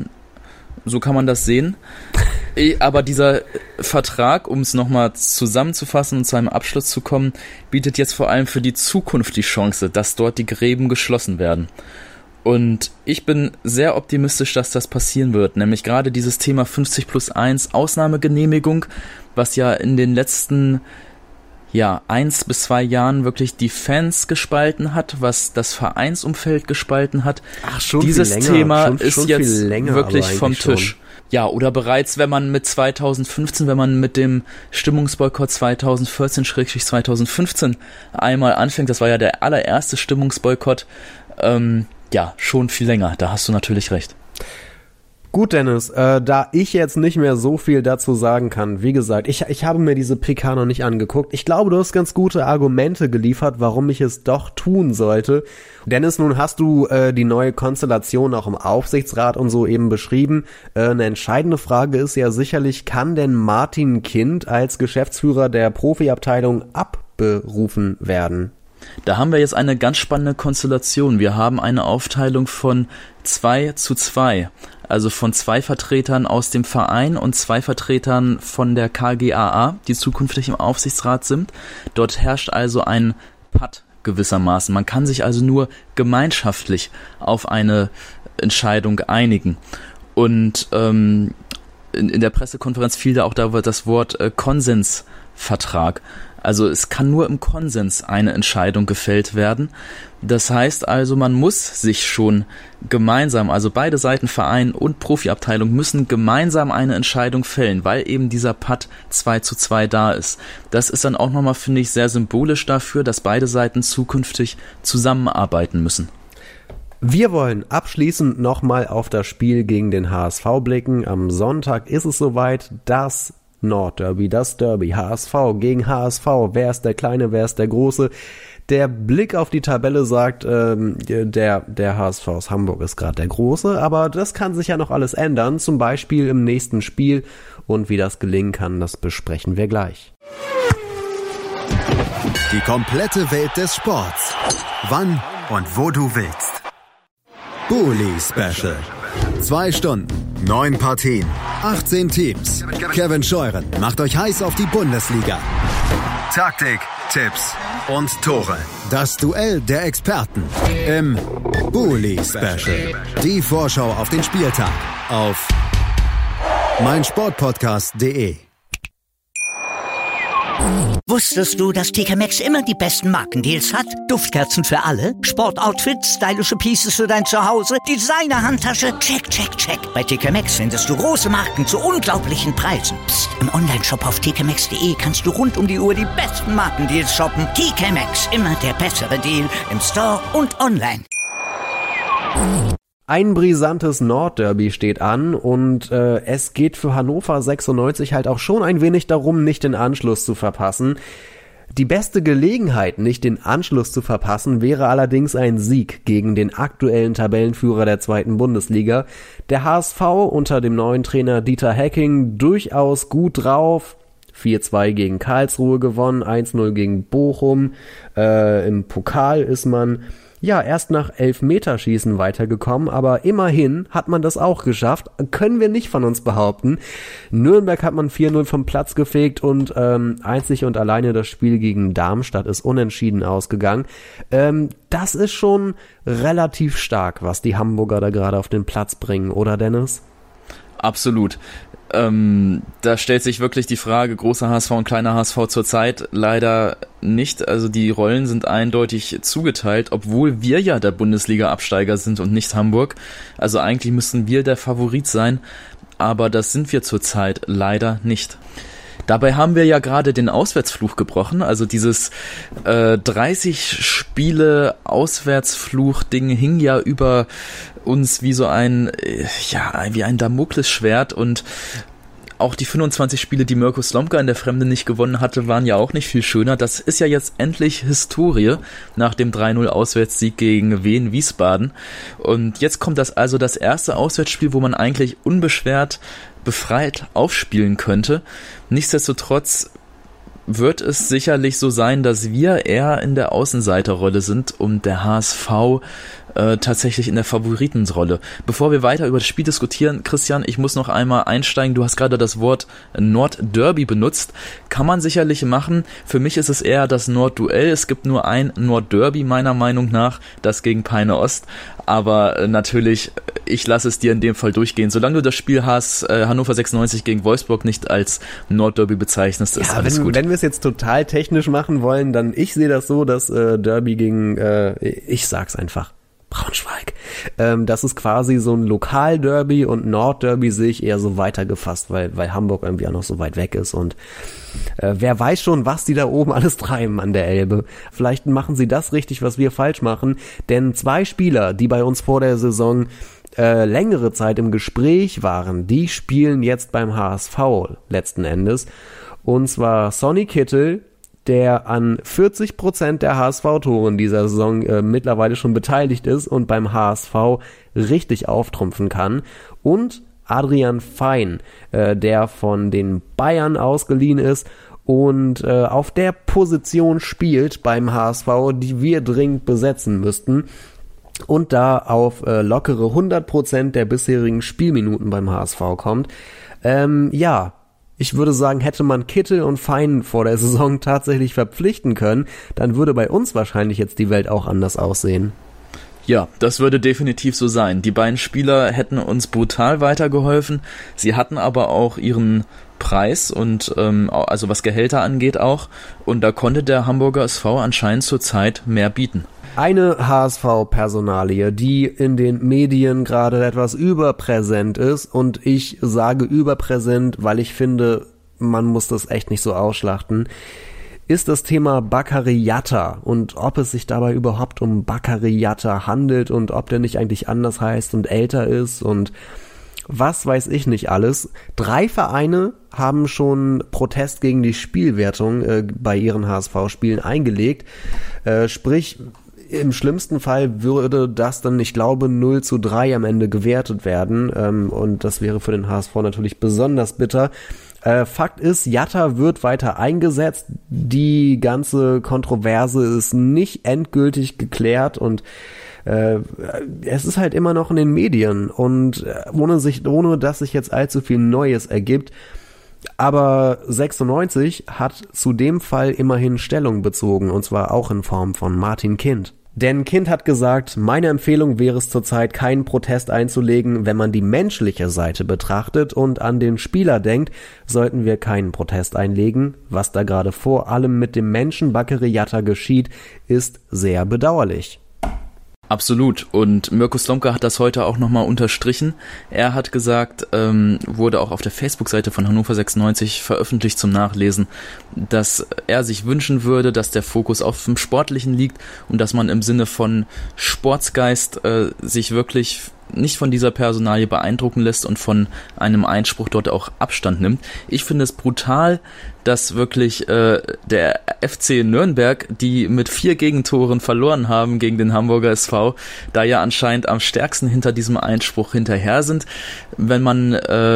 so kann man das sehen. Aber dieser Vertrag, um es nochmal zusammenzufassen und zu einem Abschluss zu kommen, bietet jetzt vor allem für die Zukunft die Chance, dass dort die Gräben geschlossen werden. Und ich bin sehr optimistisch, dass das passieren wird, nämlich gerade dieses Thema 50+1 Ausnahmegenehmigung, was ja in den letzten 1 bis 2 Jahren wirklich die Fans gespalten hat, was das Vereinsumfeld gespalten hat. Dieses Thema ist jetzt wirklich vom Tisch. Ja, oder bereits, wenn man mit 2015, wenn man mit dem Stimmungsboykott 2014/2015 einmal anfängt, das war ja der allererste Stimmungsboykott, schon viel länger, da hast du natürlich recht. Gut, Dennis, da ich jetzt nicht mehr so viel dazu sagen kann, wie gesagt, ich habe mir diese PK noch nicht angeguckt. Ich glaube, du hast ganz gute Argumente geliefert, warum ich es doch tun sollte. Dennis, nun hast du die neue Konstellation auch im Aufsichtsrat und so eben beschrieben. Eine entscheidende Frage ist ja sicherlich, kann denn Martin Kind als Geschäftsführer der Profiabteilung abberufen werden? Da haben wir jetzt eine ganz spannende Konstellation. Wir haben eine Aufteilung von 2:2, also von 2 Vertretern aus dem Verein und 2 Vertretern von der KGaA, die zukünftig im Aufsichtsrat sind. Dort herrscht also ein Patt gewissermaßen. Man kann sich also nur gemeinschaftlich auf eine Entscheidung einigen. Und in der Pressekonferenz fiel da auch das Wort Konsensvertrag. Also es kann nur im Konsens eine Entscheidung gefällt werden. Das heißt also, man muss sich schon gemeinsam, also beide Seiten, Verein und Profiabteilung, müssen gemeinsam eine Entscheidung fällen, weil eben dieser Patt 2:2 da ist. Das ist dann auch nochmal, finde ich, sehr symbolisch dafür, dass beide Seiten zukünftig zusammenarbeiten müssen. Wir wollen abschließend nochmal auf das Spiel gegen den HSV blicken. Am Sonntag ist es soweit, das Nordderby, das Derby, HSV gegen HSV, wer ist der Kleine, wer ist der Große? Der Blick auf die Tabelle sagt, der HSV aus Hamburg ist gerade der Große, aber das kann sich ja noch alles ändern, zum Beispiel im nächsten Spiel, und wie das gelingen kann, das besprechen wir gleich. Die komplette Welt des Sports, wann und wo du willst. Bully Special. 2 Stunden, 9 Partien, 18 Teams. Kevin Scheuren macht euch heiß auf die Bundesliga. Taktik, Tipps und Tore. Das Duell der Experten im Bully Special. Die Vorschau auf den Spieltag auf meinsportpodcast.de. Wusstest du, dass TK Maxx immer die besten Markendeals hat? Duftkerzen für alle, Sportoutfits, stylische Pieces für dein Zuhause, Designer-Handtasche, check, check, check. Bei TK Maxx findest du große Marken zu unglaublichen Preisen. Psst. Im Onlineshop auf tkmaxx.de kannst du rund um die Uhr die besten Markendeals shoppen. TK Maxx, immer der bessere Deal im Store und online. Ein brisantes Nordderby steht an und es geht für Hannover 96 halt auch schon ein wenig darum, nicht den Anschluss zu verpassen. Die beste Gelegenheit, nicht den Anschluss zu verpassen, wäre allerdings ein Sieg gegen den aktuellen Tabellenführer der 2. Bundesliga. Der HSV unter dem neuen Trainer Dieter Hecking durchaus gut drauf. 4-2 gegen Karlsruhe gewonnen, 1-0 gegen Bochum. Im Pokal ist man erst nach Elfmeterschießen weitergekommen, aber immerhin hat man das auch geschafft. Können wir nicht von uns behaupten. Nürnberg hat man 4-0 vom Platz gefegt und einzig und alleine das Spiel gegen Darmstadt ist unentschieden ausgegangen. Das ist schon relativ stark, was die Hamburger da gerade auf den Platz bringen, oder Dennis? Absolut. Da stellt sich wirklich die Frage, großer HSV und kleiner HSV zurzeit leider nicht. Also die Rollen sind eindeutig zugeteilt, obwohl wir ja der Bundesliga-Absteiger sind und nicht Hamburg. Also eigentlich müssten wir der Favorit sein, aber das sind wir zurzeit leider nicht. Dabei haben wir ja gerade den Auswärtsfluch gebrochen, also dieses 30 Spiele Auswärtsfluch-Ding hing ja über uns wie so wie ein Damoklesschwert, und auch die 25 Spiele, die Mirko Slomka in der Fremde nicht gewonnen hatte, waren ja auch nicht viel schöner. Das ist ja jetzt endlich Historie nach dem 3-0 Auswärtssieg gegen Wien Wiesbaden. Und jetzt kommt das erste Auswärtsspiel, wo man eigentlich unbeschwert befreit aufspielen könnte. Nichtsdestotrotz wird es sicherlich so sein, dass wir eher in der Außenseiterrolle sind und der HSV tatsächlich in der Favoritenrolle. Bevor wir weiter über das Spiel diskutieren, Christian, ich muss noch einmal einsteigen. Du hast gerade das Wort Nordderby benutzt. Kann man sicherlich machen. Für mich ist es eher das Nordduell. Es gibt nur ein Nordderby meiner Meinung nach, das gegen Peine Ost. Aber natürlich, ich lasse es dir in dem Fall durchgehen. Solange du das Spiel hast, Hannover 96 gegen Wolfsburg nicht als Nordderby bezeichnest, ist alles gut. Wenn wir es jetzt total technisch machen wollen, dann ich sehe das so, dass Derby gegen, ich sag's einfach, Braunschweig. Das ist quasi so ein Lokalderby, und Nordderby sehe ich eher so weitergefasst, weil Hamburg irgendwie auch noch so weit weg ist, und wer weiß schon, was die da oben alles treiben an der Elbe. Vielleicht machen sie das richtig, was wir falsch machen, denn 2 Spieler, die bei uns vor der Saison längere Zeit im Gespräch waren, die spielen jetzt beim HSV letzten Endes, und zwar Sonny Kittel, der an 40% der HSV-Tore in dieser Saison mittlerweile schon beteiligt ist und beim HSV richtig auftrumpfen kann. Und Adrian Fein, der von den Bayern ausgeliehen ist und auf der Position spielt beim HSV, die wir dringend besetzen müssten. Und da auf lockere 100% der bisherigen Spielminuten beim HSV kommt. Ich würde sagen, hätte man Kittel und Fein vor der Saison tatsächlich verpflichten können, dann würde bei uns wahrscheinlich jetzt die Welt auch anders aussehen. Ja, das würde definitiv so sein. Die beiden Spieler hätten uns brutal weitergeholfen. Sie hatten aber auch ihren Preis, und also was Gehälter angeht auch. Und da konnte der Hamburger SV anscheinend zurzeit mehr bieten. Eine HSV-Personalie, die in den Medien gerade etwas überpräsent ist, und ich sage überpräsent, weil ich finde, man muss das echt nicht so ausschlachten, ist das Thema Bakary Yatta und ob es sich dabei überhaupt um Bakary Yatta handelt und ob der nicht eigentlich anders heißt und älter ist und was weiß ich nicht alles. 3 Vereine haben schon Protest gegen die Spielwertung bei ihren HSV-Spielen eingelegt, sprich, im schlimmsten Fall würde das dann, ich glaube, 0-3 am Ende gewertet werden, und das wäre für den HSV natürlich besonders bitter. Fakt ist, Yatta wird weiter eingesetzt, die ganze Kontroverse ist nicht endgültig geklärt, und es ist halt immer noch in den Medien, und ohne dass sich jetzt allzu viel Neues ergibt. Aber 96 hat zu dem Fall immerhin Stellung bezogen, und zwar auch in Form von Martin Kind. Denn Kind hat gesagt, meine Empfehlung wäre es zurzeit, keinen Protest einzulegen. Wenn man die menschliche Seite betrachtet und an den Spieler denkt, sollten wir keinen Protest einlegen. Was da gerade vor allem mit dem Menschen Bakary Yatta geschieht, ist sehr bedauerlich. Absolut. Und Mirko Slomka hat das heute auch nochmal unterstrichen. Er hat gesagt, wurde auch auf der Facebook-Seite von Hannover 96 veröffentlicht zum Nachlesen, dass er sich wünschen würde, dass der Fokus auf dem Sportlichen liegt und dass man im Sinne von Sportsgeist sich wirklich nicht von dieser Personalie beeindrucken lässt und von einem Einspruch dort auch Abstand nimmt. Ich finde es brutal, dass wirklich der FC Nürnberg, die mit 4 Gegentoren verloren haben gegen den Hamburger SV, da ja anscheinend am stärksten hinter diesem Einspruch hinterher sind. Wenn man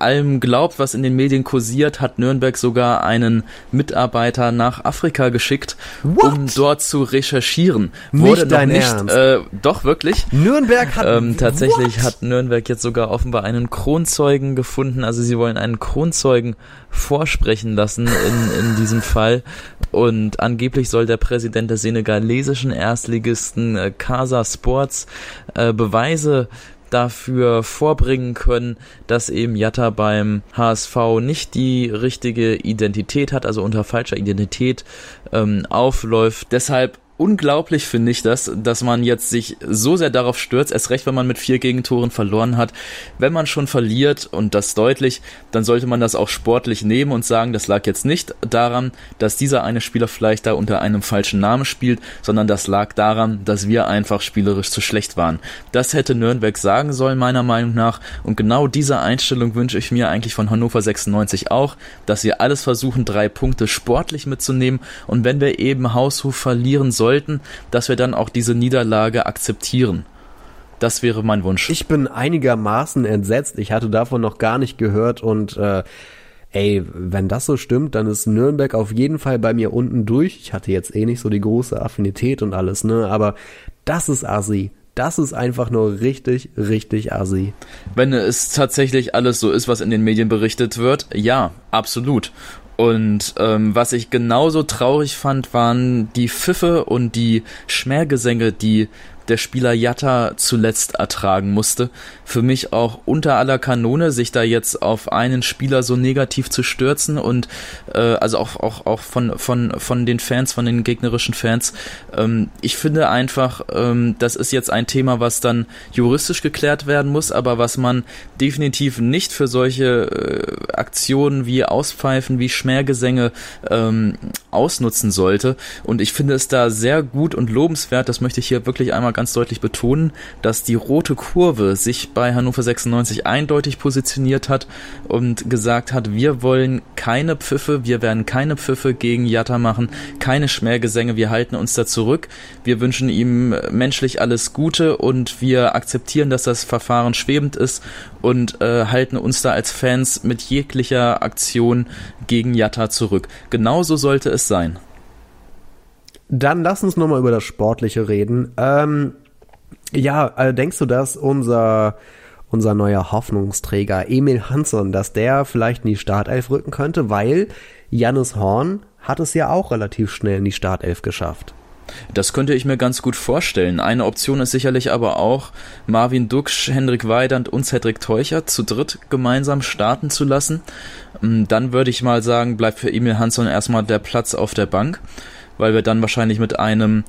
allem glaubt, was in den Medien kursiert, hat Nürnberg sogar einen Mitarbeiter nach Afrika geschickt, um dort zu recherchieren. Wurde noch nicht, doch wirklich. Nürnberg hat tatsächlich hat Nürnberg jetzt sogar offenbar einen Kronzeugen gefunden. Also sie wollen einen Kronzeugen vorsprechen lassen in diesem Fall. Und angeblich soll der Präsident des senegalesischen Erstligisten Casa Sports Beweise dafür vorbringen können, dass eben Jatta beim HSV nicht die richtige Identität hat, also unter falscher Identität aufläuft. Deshalb unglaublich finde ich das, dass man jetzt sich so sehr darauf stürzt, erst recht, wenn man mit 4 Gegentoren verloren hat. Wenn man schon verliert und das deutlich, dann sollte man das auch sportlich nehmen und sagen, das lag jetzt nicht daran, dass dieser eine Spieler vielleicht da unter einem falschen Namen spielt, sondern das lag daran, dass wir einfach spielerisch zu schlecht waren. Das hätte Nürnberg sagen sollen, meiner Meinung nach. Und genau diese Einstellung wünsche ich mir eigentlich von Hannover 96 auch, dass wir alles versuchen, 3 Punkte sportlich mitzunehmen. Und wenn wir eben haushoch verlieren sollten, dass wir dann auch diese Niederlage akzeptieren. Das wäre mein Wunsch. Ich bin einigermaßen entsetzt. Ich hatte davon noch gar nicht gehört und wenn das so stimmt, dann ist Nürnberg auf jeden Fall bei mir unten durch. Ich hatte jetzt nicht so die große Affinität und alles, ne? Aber das ist assi. Das ist einfach nur richtig, richtig assi. Wenn es tatsächlich alles so ist, was in den Medien berichtet wird, ja, absolut. Und was ich genauso traurig fand, waren die Pfiffe und die Schmähgesänge, die der Spieler Jatta zuletzt ertragen musste. Für mich auch unter aller Kanone, sich da jetzt auf einen Spieler so negativ zu stürzen und also auch von den Fans, von den gegnerischen Fans. Ich finde einfach, das ist jetzt ein Thema, was dann juristisch geklärt werden muss, aber was man definitiv nicht für solche Aktionen wie Auspfeifen, wie Schmähgesänge ausnutzen sollte. Und ich finde es da sehr gut und lobenswert, das möchte ich hier wirklich einmal ganz deutlich betonen, dass die rote Kurve sich bei Hannover 96 eindeutig positioniert hat und gesagt hat, wir wollen keine Pfiffe, wir werden keine Pfiffe gegen Jatta machen, keine Schmähgesänge, wir halten uns da zurück, wir wünschen ihm menschlich alles Gute und wir akzeptieren, dass das Verfahren schwebend ist und halten uns da als Fans mit jeglicher Aktion gegen Jatta zurück. Genauso sollte es sein. Dann lass uns nochmal über das Sportliche reden. Denkst du, dass unser neuer Hoffnungsträger Emil Hansson, dass der vielleicht in die Startelf rücken könnte? Weil Jannis Horn hat es ja auch relativ schnell in die Startelf geschafft. Das könnte ich mir ganz gut vorstellen. Eine Option ist sicherlich aber auch, Marvin Duksch, Hendrik Weidand und Cedric Teuchert zu dritt gemeinsam starten zu lassen. Dann würde ich mal sagen, bleibt für Emil Hansson erstmal der Platz auf der Bank, weil wir dann wahrscheinlich mit einem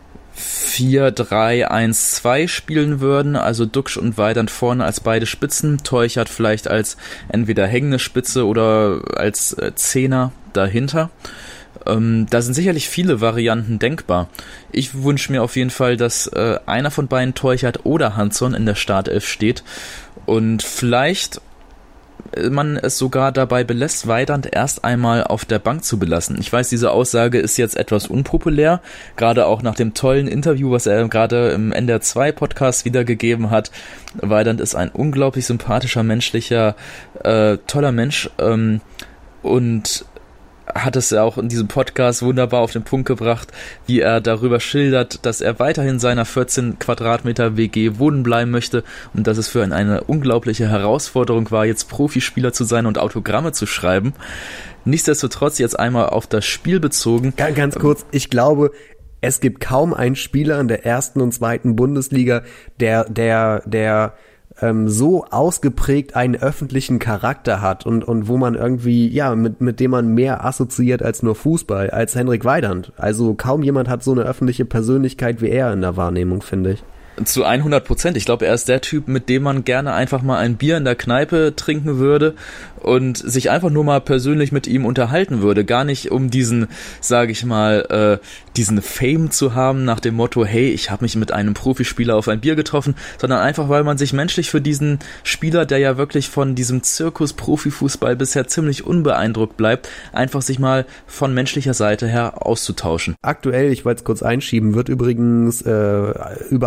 4-3-1-2 spielen würden, also Duksch und Weidand vorne als beide Spitzen, Teuchert vielleicht als entweder hängende Spitze oder als Zehner dahinter. Da sind sicherlich viele Varianten denkbar. Ich wünsche mir auf jeden Fall, dass einer von beiden, Teuchert oder Hansson, in der Startelf steht und vielleicht man es sogar dabei belässt, Weidand erst einmal auf der Bank zu belassen. Ich weiß, diese Aussage ist jetzt etwas unpopulär, gerade auch nach dem tollen Interview, was er gerade im NDR 2 Podcast wiedergegeben hat. Weidand ist ein unglaublich sympathischer, menschlicher, toller Mensch und hat es ja auch in diesem Podcast wunderbar auf den Punkt gebracht, wie er darüber schildert, dass er weiterhin seiner 14 Quadratmeter WG wohnen bleiben möchte und dass es für ihn eine unglaubliche Herausforderung war, jetzt Profispieler zu sein und Autogramme zu schreiben. Nichtsdestotrotz jetzt einmal auf das Spiel bezogen. Ganz kurz, ich glaube, es gibt kaum einen Spieler in der 1. und 2. Bundesliga, der so ausgeprägt einen öffentlichen Charakter hat und wo man irgendwie, mit dem man mehr assoziiert als nur Fußball, als Hendrik Weidand. Also kaum jemand hat so eine öffentliche Persönlichkeit wie er in der Wahrnehmung, finde ich. Zu 100%. Ich glaube, er ist der Typ, mit dem man gerne einfach mal ein Bier in der Kneipe trinken würde und sich einfach nur mal persönlich mit ihm unterhalten würde. Gar nicht, um diesen, sage ich mal, diesen Fame zu haben nach dem Motto, hey, ich habe mich mit einem Profispieler auf ein Bier getroffen, sondern einfach, weil man sich menschlich für diesen Spieler, der ja wirklich von diesem Zirkus Profifußball bisher ziemlich unbeeindruckt bleibt, einfach sich mal von menschlicher Seite her auszutauschen. Aktuell, ich wollte es kurz einschieben, wird übrigens über eine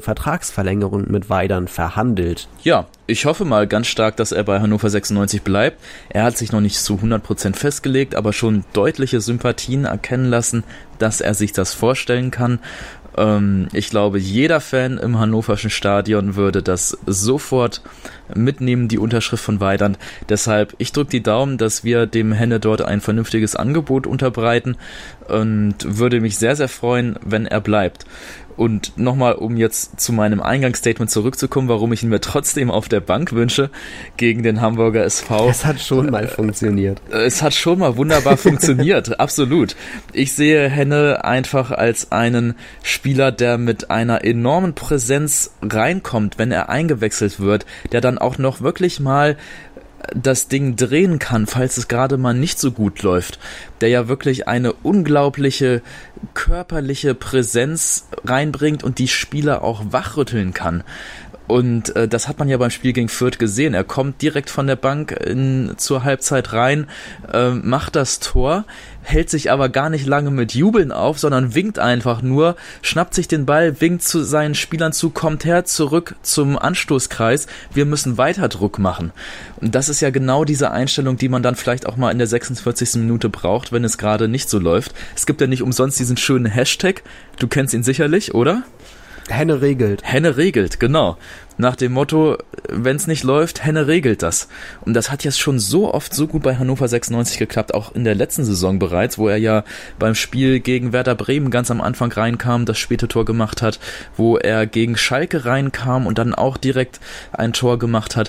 Vertragsverlängerung mit Weidand verhandelt. Ja, ich hoffe mal ganz stark, dass er bei Hannover 96 bleibt. Er hat sich noch nicht zu 100% festgelegt, aber schon deutliche Sympathien erkennen lassen, dass er sich das vorstellen kann. Ich glaube, jeder Fan im hannoverschen Stadion würde das sofort mitnehmen, die Unterschrift von Weidand. Deshalb, ich drücke die Daumen, dass wir dem Henne dort ein vernünftiges Angebot unterbreiten und würde mich sehr, sehr freuen, wenn er bleibt. Und nochmal, um jetzt zu meinem Eingangsstatement zurückzukommen, warum ich ihn mir trotzdem auf der Bank wünsche gegen den Hamburger SV. Es hat schon mal funktioniert. Es hat schon mal wunderbar funktioniert, absolut. Ich sehe Henne einfach als einen Spieler, der mit einer enormen Präsenz reinkommt, wenn er eingewechselt wird, der dann auch noch wirklich mal das Ding drehen kann, falls es gerade mal nicht so gut läuft, der ja wirklich eine unglaubliche körperliche Präsenz reinbringt und die Spieler auch wachrütteln kann. Und das hat man ja beim Spiel gegen Fürth gesehen. Er kommt direkt von der Bank zur Halbzeit rein, macht das Tor, hält sich aber gar nicht lange mit Jubeln auf, sondern winkt einfach nur, schnappt sich den Ball, winkt zu seinen Spielern zu, kommt her, zurück zum Anstoßkreis. Wir müssen weiter Druck machen. Und das ist ja genau diese Einstellung, die man dann vielleicht auch mal in der 46. Minute braucht, wenn es gerade nicht so läuft. Es gibt ja nicht umsonst diesen schönen Hashtag. Du kennst ihn sicherlich, oder? Henne regelt. Henne regelt, genau. Nach dem Motto, wenn es nicht läuft, Henne regelt das. Und das hat jetzt schon so oft so gut bei Hannover 96 geklappt, auch in der letzten Saison bereits, wo er ja beim Spiel gegen Werder Bremen ganz am Anfang reinkam, das späte Tor gemacht hat, wo er gegen Schalke reinkam und dann auch direkt ein Tor gemacht hat.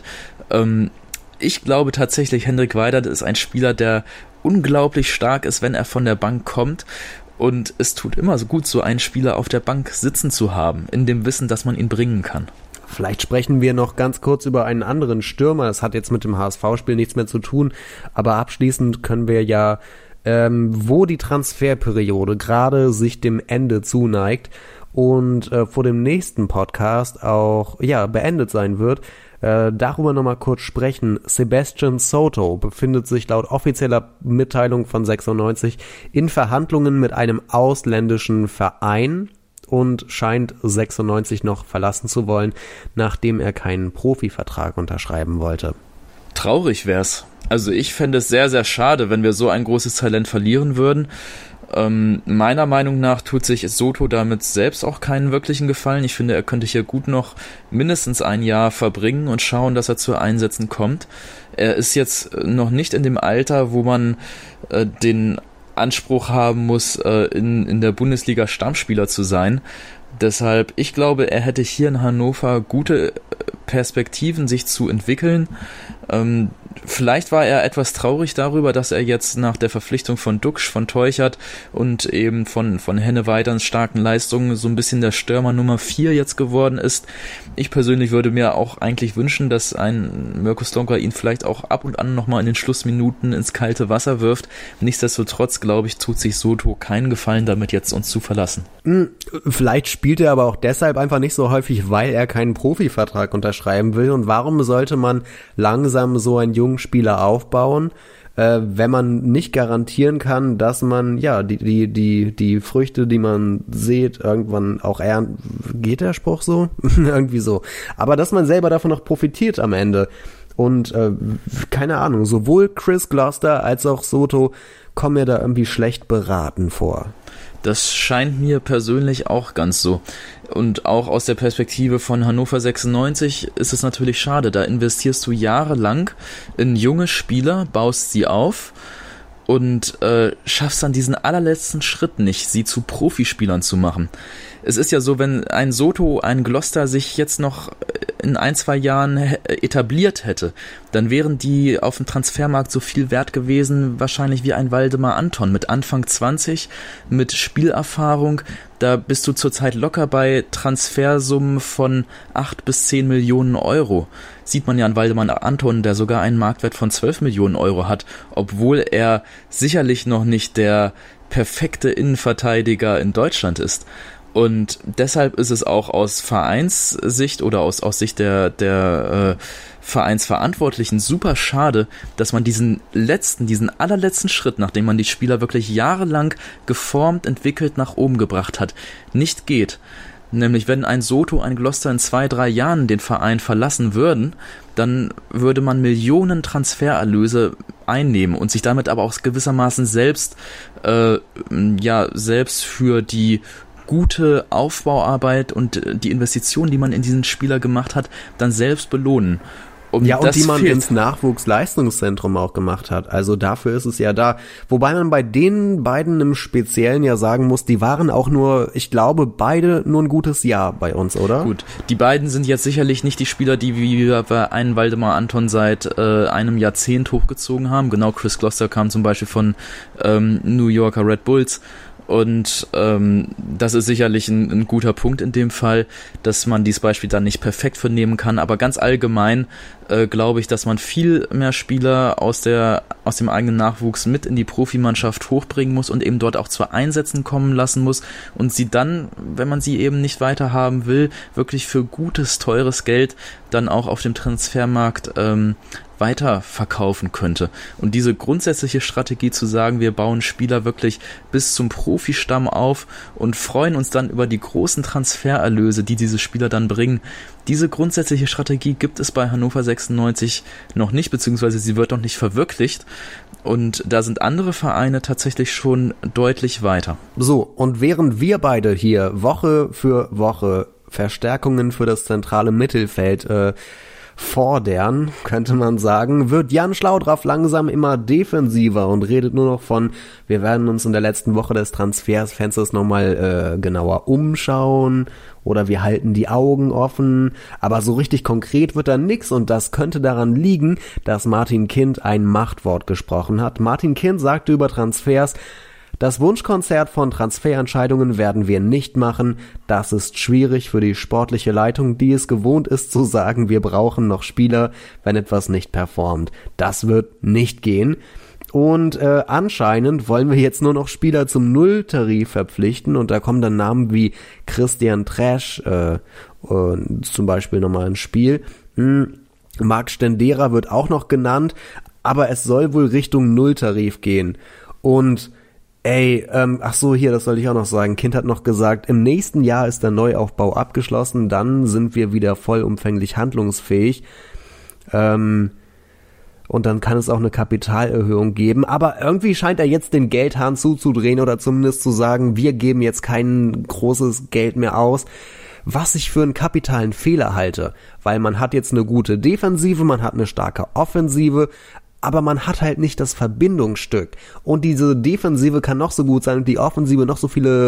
Ich glaube tatsächlich, Hendrik Weidand ist ein Spieler, der unglaublich stark ist, wenn er von der Bank kommt. Und es tut immer so gut, so einen Spieler auf der Bank sitzen zu haben, in dem Wissen, dass man ihn bringen kann. Vielleicht sprechen wir noch ganz kurz über einen anderen Stürmer. Das hat jetzt mit dem HSV-Spiel nichts mehr zu tun. Aber abschließend können wir ja, wo die Transferperiode gerade sich dem Ende zuneigt und vor dem nächsten Podcast auch beendet sein wird, darüber nochmal kurz sprechen. Sebastian Soto befindet sich laut offizieller Mitteilung von 96 in Verhandlungen mit einem ausländischen Verein und scheint 96 noch verlassen zu wollen, nachdem er keinen Profivertrag unterschreiben wollte. Traurig wär's. Also ich fände es sehr, sehr schade, wenn wir so ein großes Talent verlieren würden. Meiner Meinung nach tut sich Soto damit selbst auch keinen wirklichen Gefallen. Ich finde, er könnte hier gut noch mindestens ein Jahr verbringen und schauen, dass er zu Einsätzen kommt. Er ist jetzt noch nicht in dem Alter, wo man den Anspruch haben muss, in der Bundesliga Stammspieler zu sein. Deshalb, ich glaube, er hätte hier in Hannover gute Perspektiven, sich zu entwickeln. Vielleicht war er etwas traurig darüber, dass er jetzt nach der Verpflichtung von Duksch, von Teuchert und eben von Henne Weidands starken Leistungen so ein bisschen der Stürmer Nummer 4 jetzt geworden ist. Ich persönlich würde mir auch eigentlich wünschen, dass ein Mirko Slomka ihn vielleicht auch ab und an nochmal in den Schlussminuten ins kalte Wasser wirft. Nichtsdestotrotz, glaube ich, tut sich Soto keinen Gefallen damit, jetzt uns zu verlassen. Vielleicht spielt er aber auch deshalb einfach nicht so häufig, weil er keinen Profivertrag unterschreiben will. Und warum sollte man langsam so einen jungen Spieler aufbauen, wenn man nicht garantieren kann, dass man die Früchte, die man sieht, irgendwann auch ernten. Geht der Spruch so? Irgendwie so. Aber dass man selber davon noch profitiert am Ende. Und keine Ahnung, sowohl Chris Gloucester als auch Soto kommen mir da irgendwie schlecht beraten vor. Das scheint mir persönlich auch ganz so. Und auch aus der Perspektive von Hannover 96 ist es natürlich schade. Da investierst du jahrelang in junge Spieler, baust sie auf und schaffst dann diesen allerletzten Schritt nicht, sie zu Profispielern zu machen. Es ist ja so, wenn ein Soto, ein Gloucester sich jetzt noch in 1-2 Jahren etabliert hätte, dann wären die auf dem Transfermarkt so viel wert gewesen, wahrscheinlich wie ein Waldemar Anton mit Anfang 20, mit Spielerfahrung. Da bist du zurzeit locker bei Transfersummen von 8 bis 10 Millionen Euro. Sieht man ja an Waldemar Anton, der sogar einen Marktwert von 12 Millionen Euro hat, obwohl er sicherlich noch nicht der perfekte Innenverteidiger in Deutschland ist. Und deshalb ist es auch aus Vereinssicht oder aus Sicht der Vereinsverantwortlichen super schade, dass man diesen allerletzten Schritt, nachdem man die Spieler wirklich jahrelang geformt, entwickelt, nach oben gebracht hat, nicht geht. Nämlich, wenn ein Soto, ein Gloucester in 2-3 Jahren den Verein verlassen würden, dann würde man Millionen Transfererlöse einnehmen und sich damit aber auch gewissermaßen selbst für die gute Aufbauarbeit und die Investitionen, die man in diesen Spieler gemacht hat, dann selbst belohnen. Und die man ins Nachwuchsleistungszentrum auch gemacht hat. Also dafür ist es ja da. Wobei man bei den beiden im Speziellen ja sagen muss, die waren auch nur, ich glaube, beide nur ein gutes Jahr bei uns, oder? Gut, die beiden sind jetzt sicherlich nicht die Spieler, die wir bei einem Waldemar Anton seit einem Jahrzehnt hochgezogen haben. Genau, Chris Gloucester kam zum Beispiel von New Yorker Red Bulls. Und das ist sicherlich ein guter Punkt in dem Fall, dass man dieses Beispiel dann nicht perfekt vernehmen kann, aber ganz allgemein glaube ich, dass man viel mehr Spieler aus dem eigenen Nachwuchs mit in die Profimannschaft hochbringen muss und eben dort auch zu Einsätzen kommen lassen muss und sie dann, wenn man sie eben nicht weiter haben will, wirklich für gutes, teures Geld dann auch auf dem Transfermarkt weiter verkaufen könnte. Und diese grundsätzliche Strategie zu sagen, wir bauen Spieler wirklich bis zum Profistamm auf und freuen uns dann über die großen Transfererlöse, die diese Spieler dann bringen, diese grundsätzliche Strategie gibt es bei Hannover 96 noch nicht, beziehungsweise sie wird noch nicht verwirklicht. Und da sind andere Vereine tatsächlich schon deutlich weiter. So, und während wir beide hier Woche für Woche Verstärkungen für das zentrale Mittelfeld fordern, könnte man sagen, wird Jan Schlaudraff langsam immer defensiver und redet nur noch von, wir werden uns in der letzten Woche des Transferfensters nochmal genauer umschauen oder wir halten die Augen offen, aber so richtig konkret wird da nix und das könnte daran liegen, dass Martin Kind ein Machtwort gesprochen hat. Martin Kind sagte über Transfers: Das Wunschkonzert von Transferentscheidungen werden wir nicht machen. Das ist schwierig für die sportliche Leitung, die es gewohnt ist zu sagen, wir brauchen noch Spieler, wenn etwas nicht performt. Das wird nicht gehen. Und anscheinend wollen wir jetzt nur noch Spieler zum Nulltarif verpflichten und da kommen dann Namen wie Christian Tresch zum Beispiel nochmal ins Spiel. Marc Stendera wird auch noch genannt, aber es soll wohl Richtung Nulltarif gehen. Und das soll ich auch noch sagen. Kind hat noch gesagt, im nächsten Jahr ist der Neuaufbau abgeschlossen, dann sind wir wieder vollumfänglich handlungsfähig. Und dann kann es auch eine Kapitalerhöhung geben. Aber irgendwie scheint er jetzt den Geldhahn zuzudrehen oder zumindest zu sagen, wir geben jetzt kein großes Geld mehr aus. Was ich für einen kapitalen Fehler halte. Weil man hat jetzt eine gute Defensive, man hat eine starke Offensive, aber man hat halt nicht das Verbindungsstück. Und diese Defensive kann noch so gut sein und die Offensive noch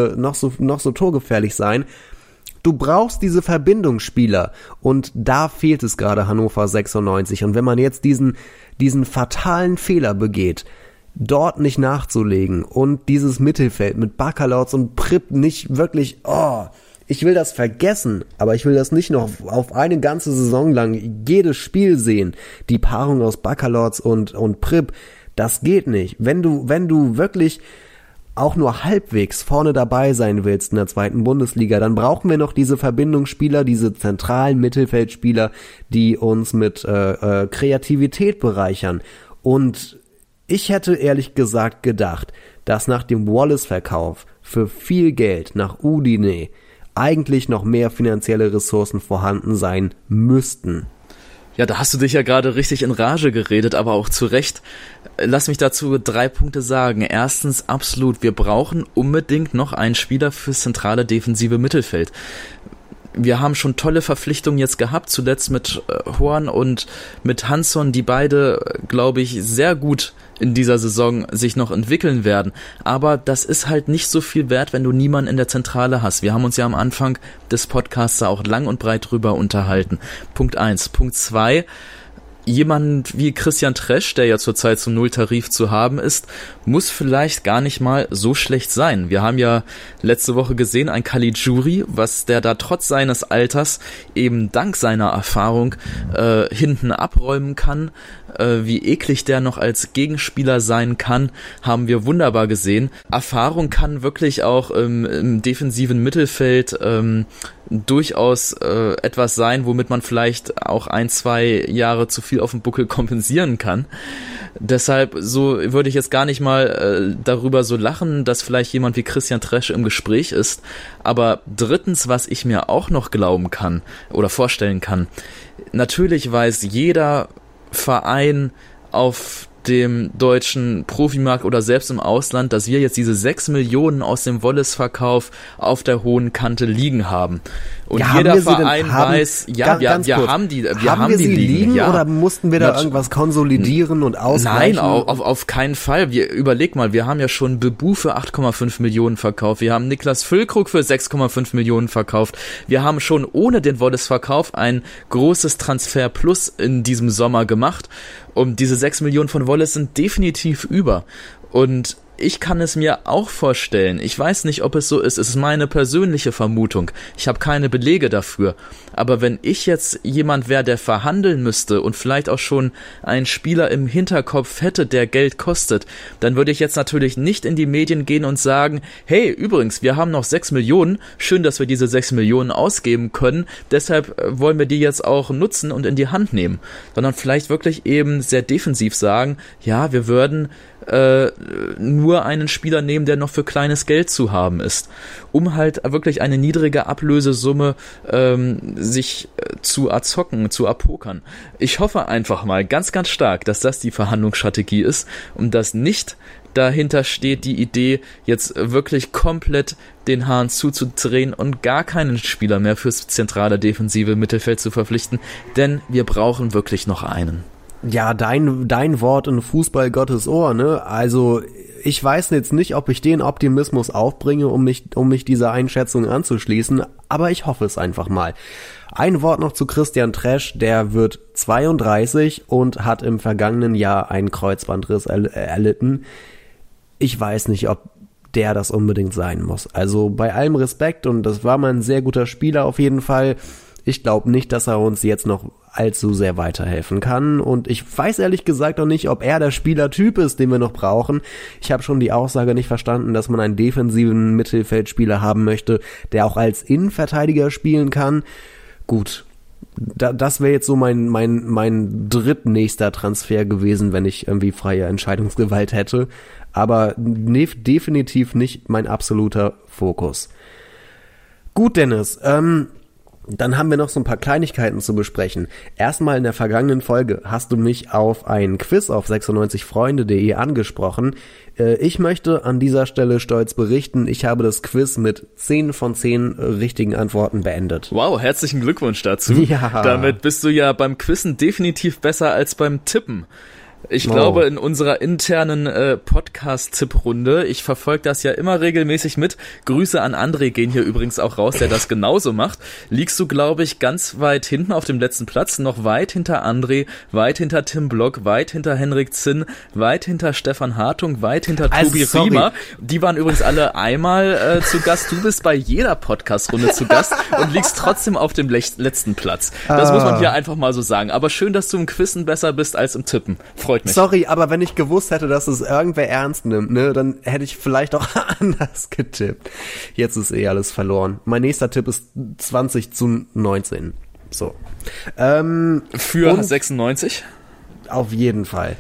so torgefährlich sein. Du brauchst diese Verbindungsspieler und da fehlt es gerade Hannover 96. Und wenn man jetzt diesen fatalen Fehler begeht, dort nicht nachzulegen und dieses Mittelfeld mit Baccalords und Prip nicht wirklich, ich will das vergessen, aber ich will das nicht noch auf eine ganze Saison lang jedes Spiel sehen. Die Paarung aus Baccalords und Prip, das geht nicht. Wenn du wirklich auch nur halbwegs vorne dabei sein willst in der 2. Bundesliga, dann brauchen wir noch diese Verbindungsspieler, diese zentralen Mittelfeldspieler, die uns mit Kreativität bereichern. Und ich hätte ehrlich gesagt gedacht, dass nach dem Wallace-Verkauf für viel Geld nach Udine eigentlich noch mehr finanzielle Ressourcen vorhanden sein müssten. Ja, da hast du dich ja gerade richtig in Rage geredet, aber auch zu Recht. Lass mich dazu 3 Punkte sagen. Erstens, absolut, wir brauchen unbedingt noch einen Spieler fürs zentrale defensive Mittelfeld. Wir haben schon tolle Verpflichtungen jetzt gehabt, zuletzt mit Horn und mit Hansson, die beide, glaube ich, sehr gut in dieser Saison sich noch entwickeln werden. Aber das ist halt nicht so viel wert, wenn du niemanden in der Zentrale hast. Wir haben uns ja am Anfang des Podcasts da auch lang und breit drüber unterhalten. Punkt 1. Punkt 2. Jemand wie Christian Tresch, der ja zurzeit zum Nulltarif zu haben ist, muss vielleicht gar nicht mal so schlecht sein. Wir haben ja letzte Woche gesehen, ein Caligiuri, was der da trotz seines Alters eben dank seiner Erfahrung hinten abräumen kann. wie eklig der noch als Gegenspieler sein kann, haben wir wunderbar gesehen. Erfahrung kann wirklich auch im defensiven Mittelfeld durchaus etwas sein, womit man vielleicht auch 1-2 Jahre zu viel auf dem Buckel kompensieren kann. Deshalb so würde ich jetzt gar nicht mal darüber so lachen, dass vielleicht jemand wie Christian Tresch im Gespräch ist. Aber drittens, was ich mir auch noch glauben kann oder vorstellen kann, natürlich weiß jeder Verein auf dem deutschen Profimarkt oder selbst im Ausland, dass wir jetzt diese 6 Millionen aus dem Wallace-Verkauf auf der hohen Kante liegen haben. Und ja, jeder Verein weiß, ja, wir haben die liegen. Ja. Oder mussten wir da irgendwas konsolidieren und ausgleichen? Nein, auf keinen Fall. Überleg mal, wir haben ja schon Bebu für 8,5 Millionen verkauft. Wir haben Niklas Füllkrug für 6,5 Millionen verkauft. Wir haben schon ohne den Wallace-Verkauf ein großes Transfer Plus in diesem Sommer gemacht. Und diese 6 Millionen von Wallace sind definitiv über. Und ich kann es mir auch vorstellen. Ich weiß nicht, ob es so ist. Es ist meine persönliche Vermutung. Ich habe keine Belege dafür. Aber wenn ich jetzt jemand wäre, der verhandeln müsste und vielleicht auch schon einen Spieler im Hinterkopf hätte, der Geld kostet, dann würde ich jetzt natürlich nicht in die Medien gehen und sagen, hey, übrigens, wir haben noch 6 Millionen. Schön, dass wir diese 6 Millionen ausgeben können. Deshalb wollen wir die jetzt auch nutzen und in die Hand nehmen. Sondern vielleicht wirklich eben sehr defensiv sagen, ja, wir würden nur einen Spieler nehmen, der noch für kleines Geld zu haben ist, um halt wirklich eine niedrige Ablösesumme sich zu erzocken, zu erpokern. Ich hoffe einfach mal ganz, ganz stark, dass das die Verhandlungsstrategie ist und dass nicht dahinter steht die Idee, jetzt wirklich komplett den Hahn zuzudrehen und gar keinen Spieler mehr fürs zentrale defensive Mittelfeld zu verpflichten, denn wir brauchen wirklich noch einen. Ja, dein Wort in Fußball Gottes Ohr, ne? Also ich weiß jetzt nicht, ob ich den Optimismus aufbringe, um mich dieser Einschätzung anzuschließen, aber ich hoffe es einfach mal. Ein Wort noch zu Christian Tresch, der wird 32 und hat im vergangenen Jahr einen Kreuzbandriss erlitten. Ich weiß nicht, ob der das unbedingt sein muss. Also bei allem Respekt, und das war mal ein sehr guter Spieler auf jeden Fall. Ich glaube nicht, dass er uns jetzt noch allzu sehr weiterhelfen kann, und ich weiß ehrlich gesagt auch nicht, ob er der Spielertyp ist, den wir noch brauchen. Ich habe schon die Aussage nicht verstanden, dass man einen defensiven Mittelfeldspieler haben möchte, der auch als Innenverteidiger spielen kann. Gut, das wäre jetzt so mein drittnächster Transfer gewesen, wenn ich irgendwie freie Entscheidungsgewalt hätte, aber definitiv nicht mein absoluter Fokus. Gut, Dennis, dann haben wir noch so ein paar Kleinigkeiten zu besprechen. Erstmal in der vergangenen Folge hast du mich auf ein Quiz auf 96freunde.de angesprochen. Ich möchte an dieser Stelle stolz berichten, ich habe das Quiz mit 10 von 10 richtigen Antworten beendet. Wow, herzlichen Glückwunsch dazu. Ja. Damit bist du ja beim Quizzen definitiv besser als beim Tippen. Ich glaube, in unserer internen Podcast-Tipprunde, ich verfolge das ja immer regelmäßig mit, Grüße an André gehen hier übrigens auch raus, der das genauso macht, liegst du, glaube ich, ganz weit hinten auf dem letzten Platz, noch weit hinter André, weit hinter Tim Block, weit hinter Henrik Zinn, weit hinter Stefan Hartung, weit hinter Tobi Riemer. Die waren übrigens alle einmal zu Gast. Du bist bei jeder Podcast-Runde zu Gast und liegst trotzdem auf dem letzten Platz. Das muss man hier einfach mal so sagen. Aber schön, dass du im Quizzen besser bist als im Tippen. Freut mich. Sorry, aber wenn ich gewusst hätte, dass es irgendwer ernst nimmt, ne, dann hätte ich vielleicht auch anders getippt. Jetzt ist alles verloren. Mein nächster Tipp ist 20-19. So. Für 96? Auf jeden Fall.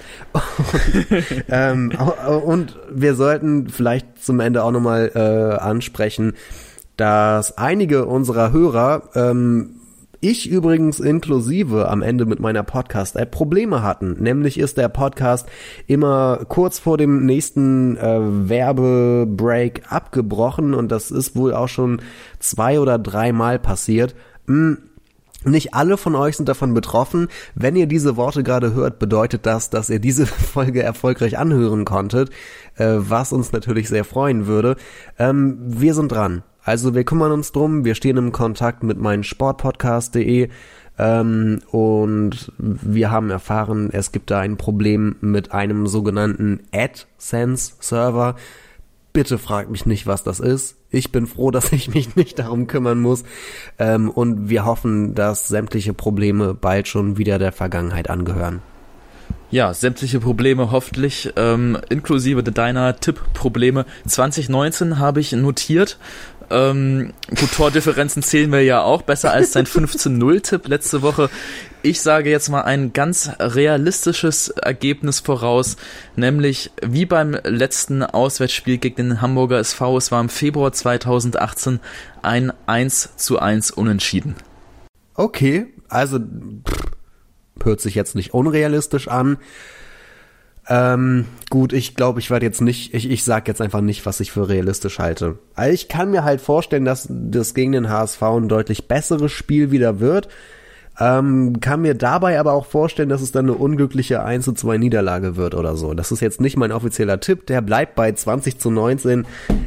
Und wir sollten vielleicht zum Ende auch nochmal ansprechen, dass einige unserer Hörer, ich übrigens inklusive, am Ende mit meiner Podcast-App Probleme hatten. Nämlich ist der Podcast immer kurz vor dem nächsten Werbebreak abgebrochen, und das ist wohl auch schon 2 oder 3 Mal passiert. Nicht alle von euch sind davon betroffen. Wenn ihr diese Worte gerade hört, bedeutet das, dass ihr diese Folge erfolgreich anhören konntet, was uns natürlich sehr freuen würde. Wir sind dran. Also wir kümmern uns drum, wir stehen im Kontakt mit meinsportpodcast.de und wir haben erfahren, es gibt da ein Problem mit einem sogenannten AdSense-Server. Bitte fragt mich nicht, was das ist. Ich bin froh, dass ich mich nicht darum kümmern muss, und wir hoffen, dass sämtliche Probleme bald schon wieder der Vergangenheit angehören. Ja, sämtliche Probleme hoffentlich, inklusive deiner Tippprobleme. 2019 habe ich notiert. Gut, Tordifferenzen zählen wir ja auch, besser als dein 15-0-Tipp letzte Woche. Ich sage jetzt mal ein ganz realistisches Ergebnis voraus, nämlich wie beim letzten Auswärtsspiel gegen den Hamburger SV, es war im Februar 2018 ein 1:1 Unentschieden. Okay, also hört sich jetzt nicht unrealistisch an. Gut, ich glaube, ich werde jetzt nicht, ich sag jetzt einfach nicht, was ich für realistisch halte. Also ich kann mir halt vorstellen, dass das gegen den HSV ein deutlich besseres Spiel wieder wird. Kann mir dabei aber auch vorstellen, dass es dann eine unglückliche 1:2 Niederlage wird oder so. Das ist jetzt nicht mein offizieller Tipp, der bleibt bei 20:19,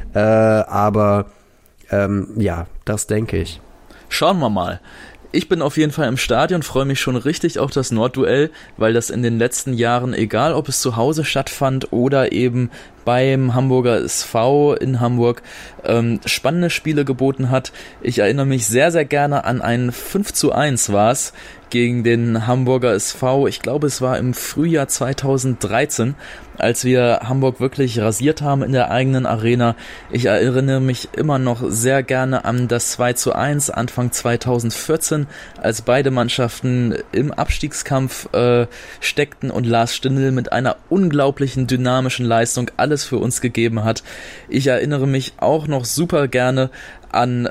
aber ja, das denke ich. Schauen wir mal. Ich bin auf jeden Fall im Stadion, freue mich schon richtig auf das Nordduell, weil das in den letzten Jahren, egal ob es zu Hause stattfand oder eben beim Hamburger SV in Hamburg, spannende Spiele geboten hat. Ich erinnere mich sehr, sehr gerne an ein 5:1 war es gegen den Hamburger SV. Ich glaube, es war im Frühjahr 2013, als wir Hamburg wirklich rasiert haben in der eigenen Arena. Ich erinnere mich immer noch sehr gerne an das 2:1 Anfang 2014, als beide Mannschaften im Abstiegskampf steckten und Lars Stindl mit einer unglaublichen dynamischen Leistung alles für uns gegeben hat. Ich erinnere mich auch noch super gerne an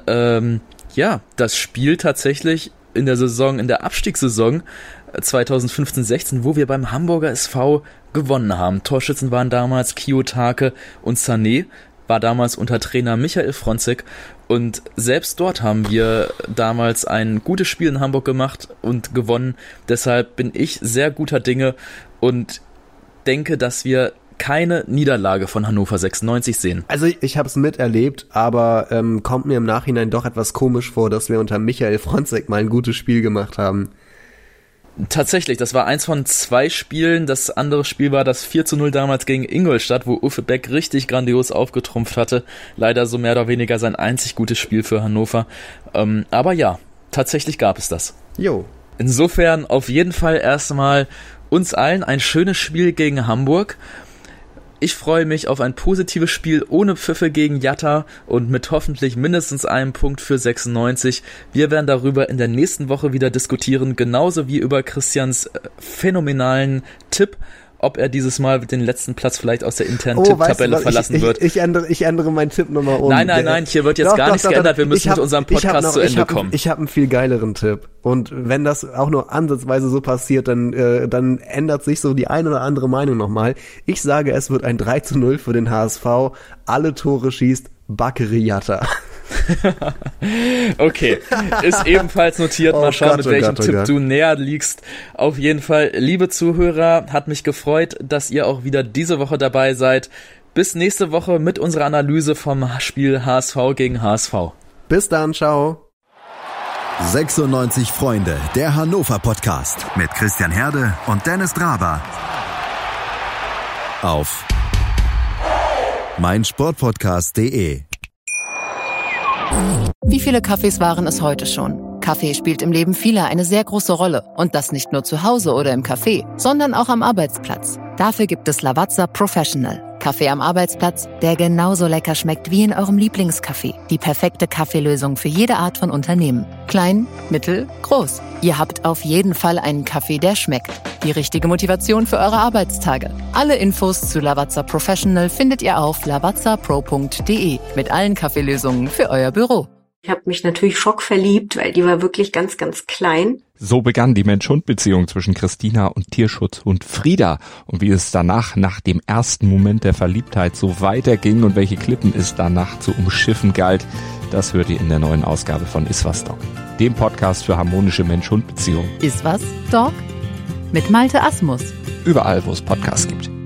das Spiel tatsächlich in der Abstiegssaison 2015-16, wo wir beim Hamburger SV gewonnen haben. Torschützen waren damals Kiyotake und Sané, war damals unter Trainer Michael Fronzek, und selbst dort haben wir damals ein gutes Spiel in Hamburg gemacht und gewonnen. Deshalb bin ich sehr guter Dinge und denke, dass wir keine Niederlage von Hannover 96 sehen. Also ich habe es miterlebt, aber kommt mir im Nachhinein doch etwas komisch vor, dass wir unter Michael Fronzek mal ein gutes Spiel gemacht haben. Tatsächlich, das war eins von 2 Spielen. Das andere Spiel war das 4:0 damals gegen Ingolstadt, wo Uffe Beck richtig grandios aufgetrumpft hatte. Leider so mehr oder weniger sein einzig gutes Spiel für Hannover. Aber ja, tatsächlich gab es das. Jo. Insofern auf jeden Fall erstmal uns allen ein schönes Spiel gegen Hamburg. Ich freue mich auf ein positives Spiel ohne Pfiffe gegen Jatta und mit hoffentlich mindestens einem Punkt für 96. Wir werden darüber in der nächsten Woche wieder diskutieren, genauso wie über Christians phänomenalen Tipp, ob er dieses Mal den letzten Platz vielleicht aus der internen Tipptabelle verlassen wird. Ich ändere meinen Tipp nochmal um. Nein, hier wird jetzt gar nichts geändert. Wir müssen mit unserem Podcast zu Ende kommen. Ich habe einen viel geileren Tipp. Und wenn das auch nur ansatzweise so passiert, dann ändert sich so die eine oder andere Meinung nochmal. Ich sage, es wird ein 3:0 für den HSV. Alle Tore schießt Bakary Jatta. Okay, ist ebenfalls notiert. Mal schauen, mit welchem Tipp du näher liegst. Auf jeden Fall, liebe Zuhörer, hat mich gefreut, dass ihr auch wieder diese Woche dabei seid. Bis nächste Woche mit unserer Analyse vom Spiel HSV gegen HSV. Bis dann, ciao. 96 Freunde, der Hannover Podcast mit Christian Herde und Dennis Draber. Auf meinsportpodcast.de. Wie viele Kaffees waren es heute schon? Kaffee spielt im Leben vieler eine sehr große Rolle. Und das nicht nur zu Hause oder im Café, sondern auch am Arbeitsplatz. Dafür gibt es Lavazza Professional. Kaffee am Arbeitsplatz, der genauso lecker schmeckt wie in eurem Lieblingscafé. Die perfekte Kaffeelösung für jede Art von Unternehmen. Klein, mittel, groß. Ihr habt auf jeden Fall einen Kaffee, der schmeckt. Die richtige Motivation für eure Arbeitstage. Alle Infos zu Lavazza Professional findet ihr auf lavazzapro.de mit allen Kaffeelösungen für euer Büro. Ich habe mich natürlich schockverliebt, weil die war wirklich ganz, ganz klein. So begann die Mensch-Hund-Beziehung zwischen Christina und Tierschutzhund Frieda. Und wie es danach, nach dem ersten Moment der Verliebtheit, so weiterging und welche Klippen es danach zu umschiffen galt, das hört ihr in der neuen Ausgabe von Iswas Dog, dem Podcast für harmonische Mensch-Hund-Beziehungen. Iswas Dog? Mit Malte Asmus. Überall, wo es Podcasts gibt.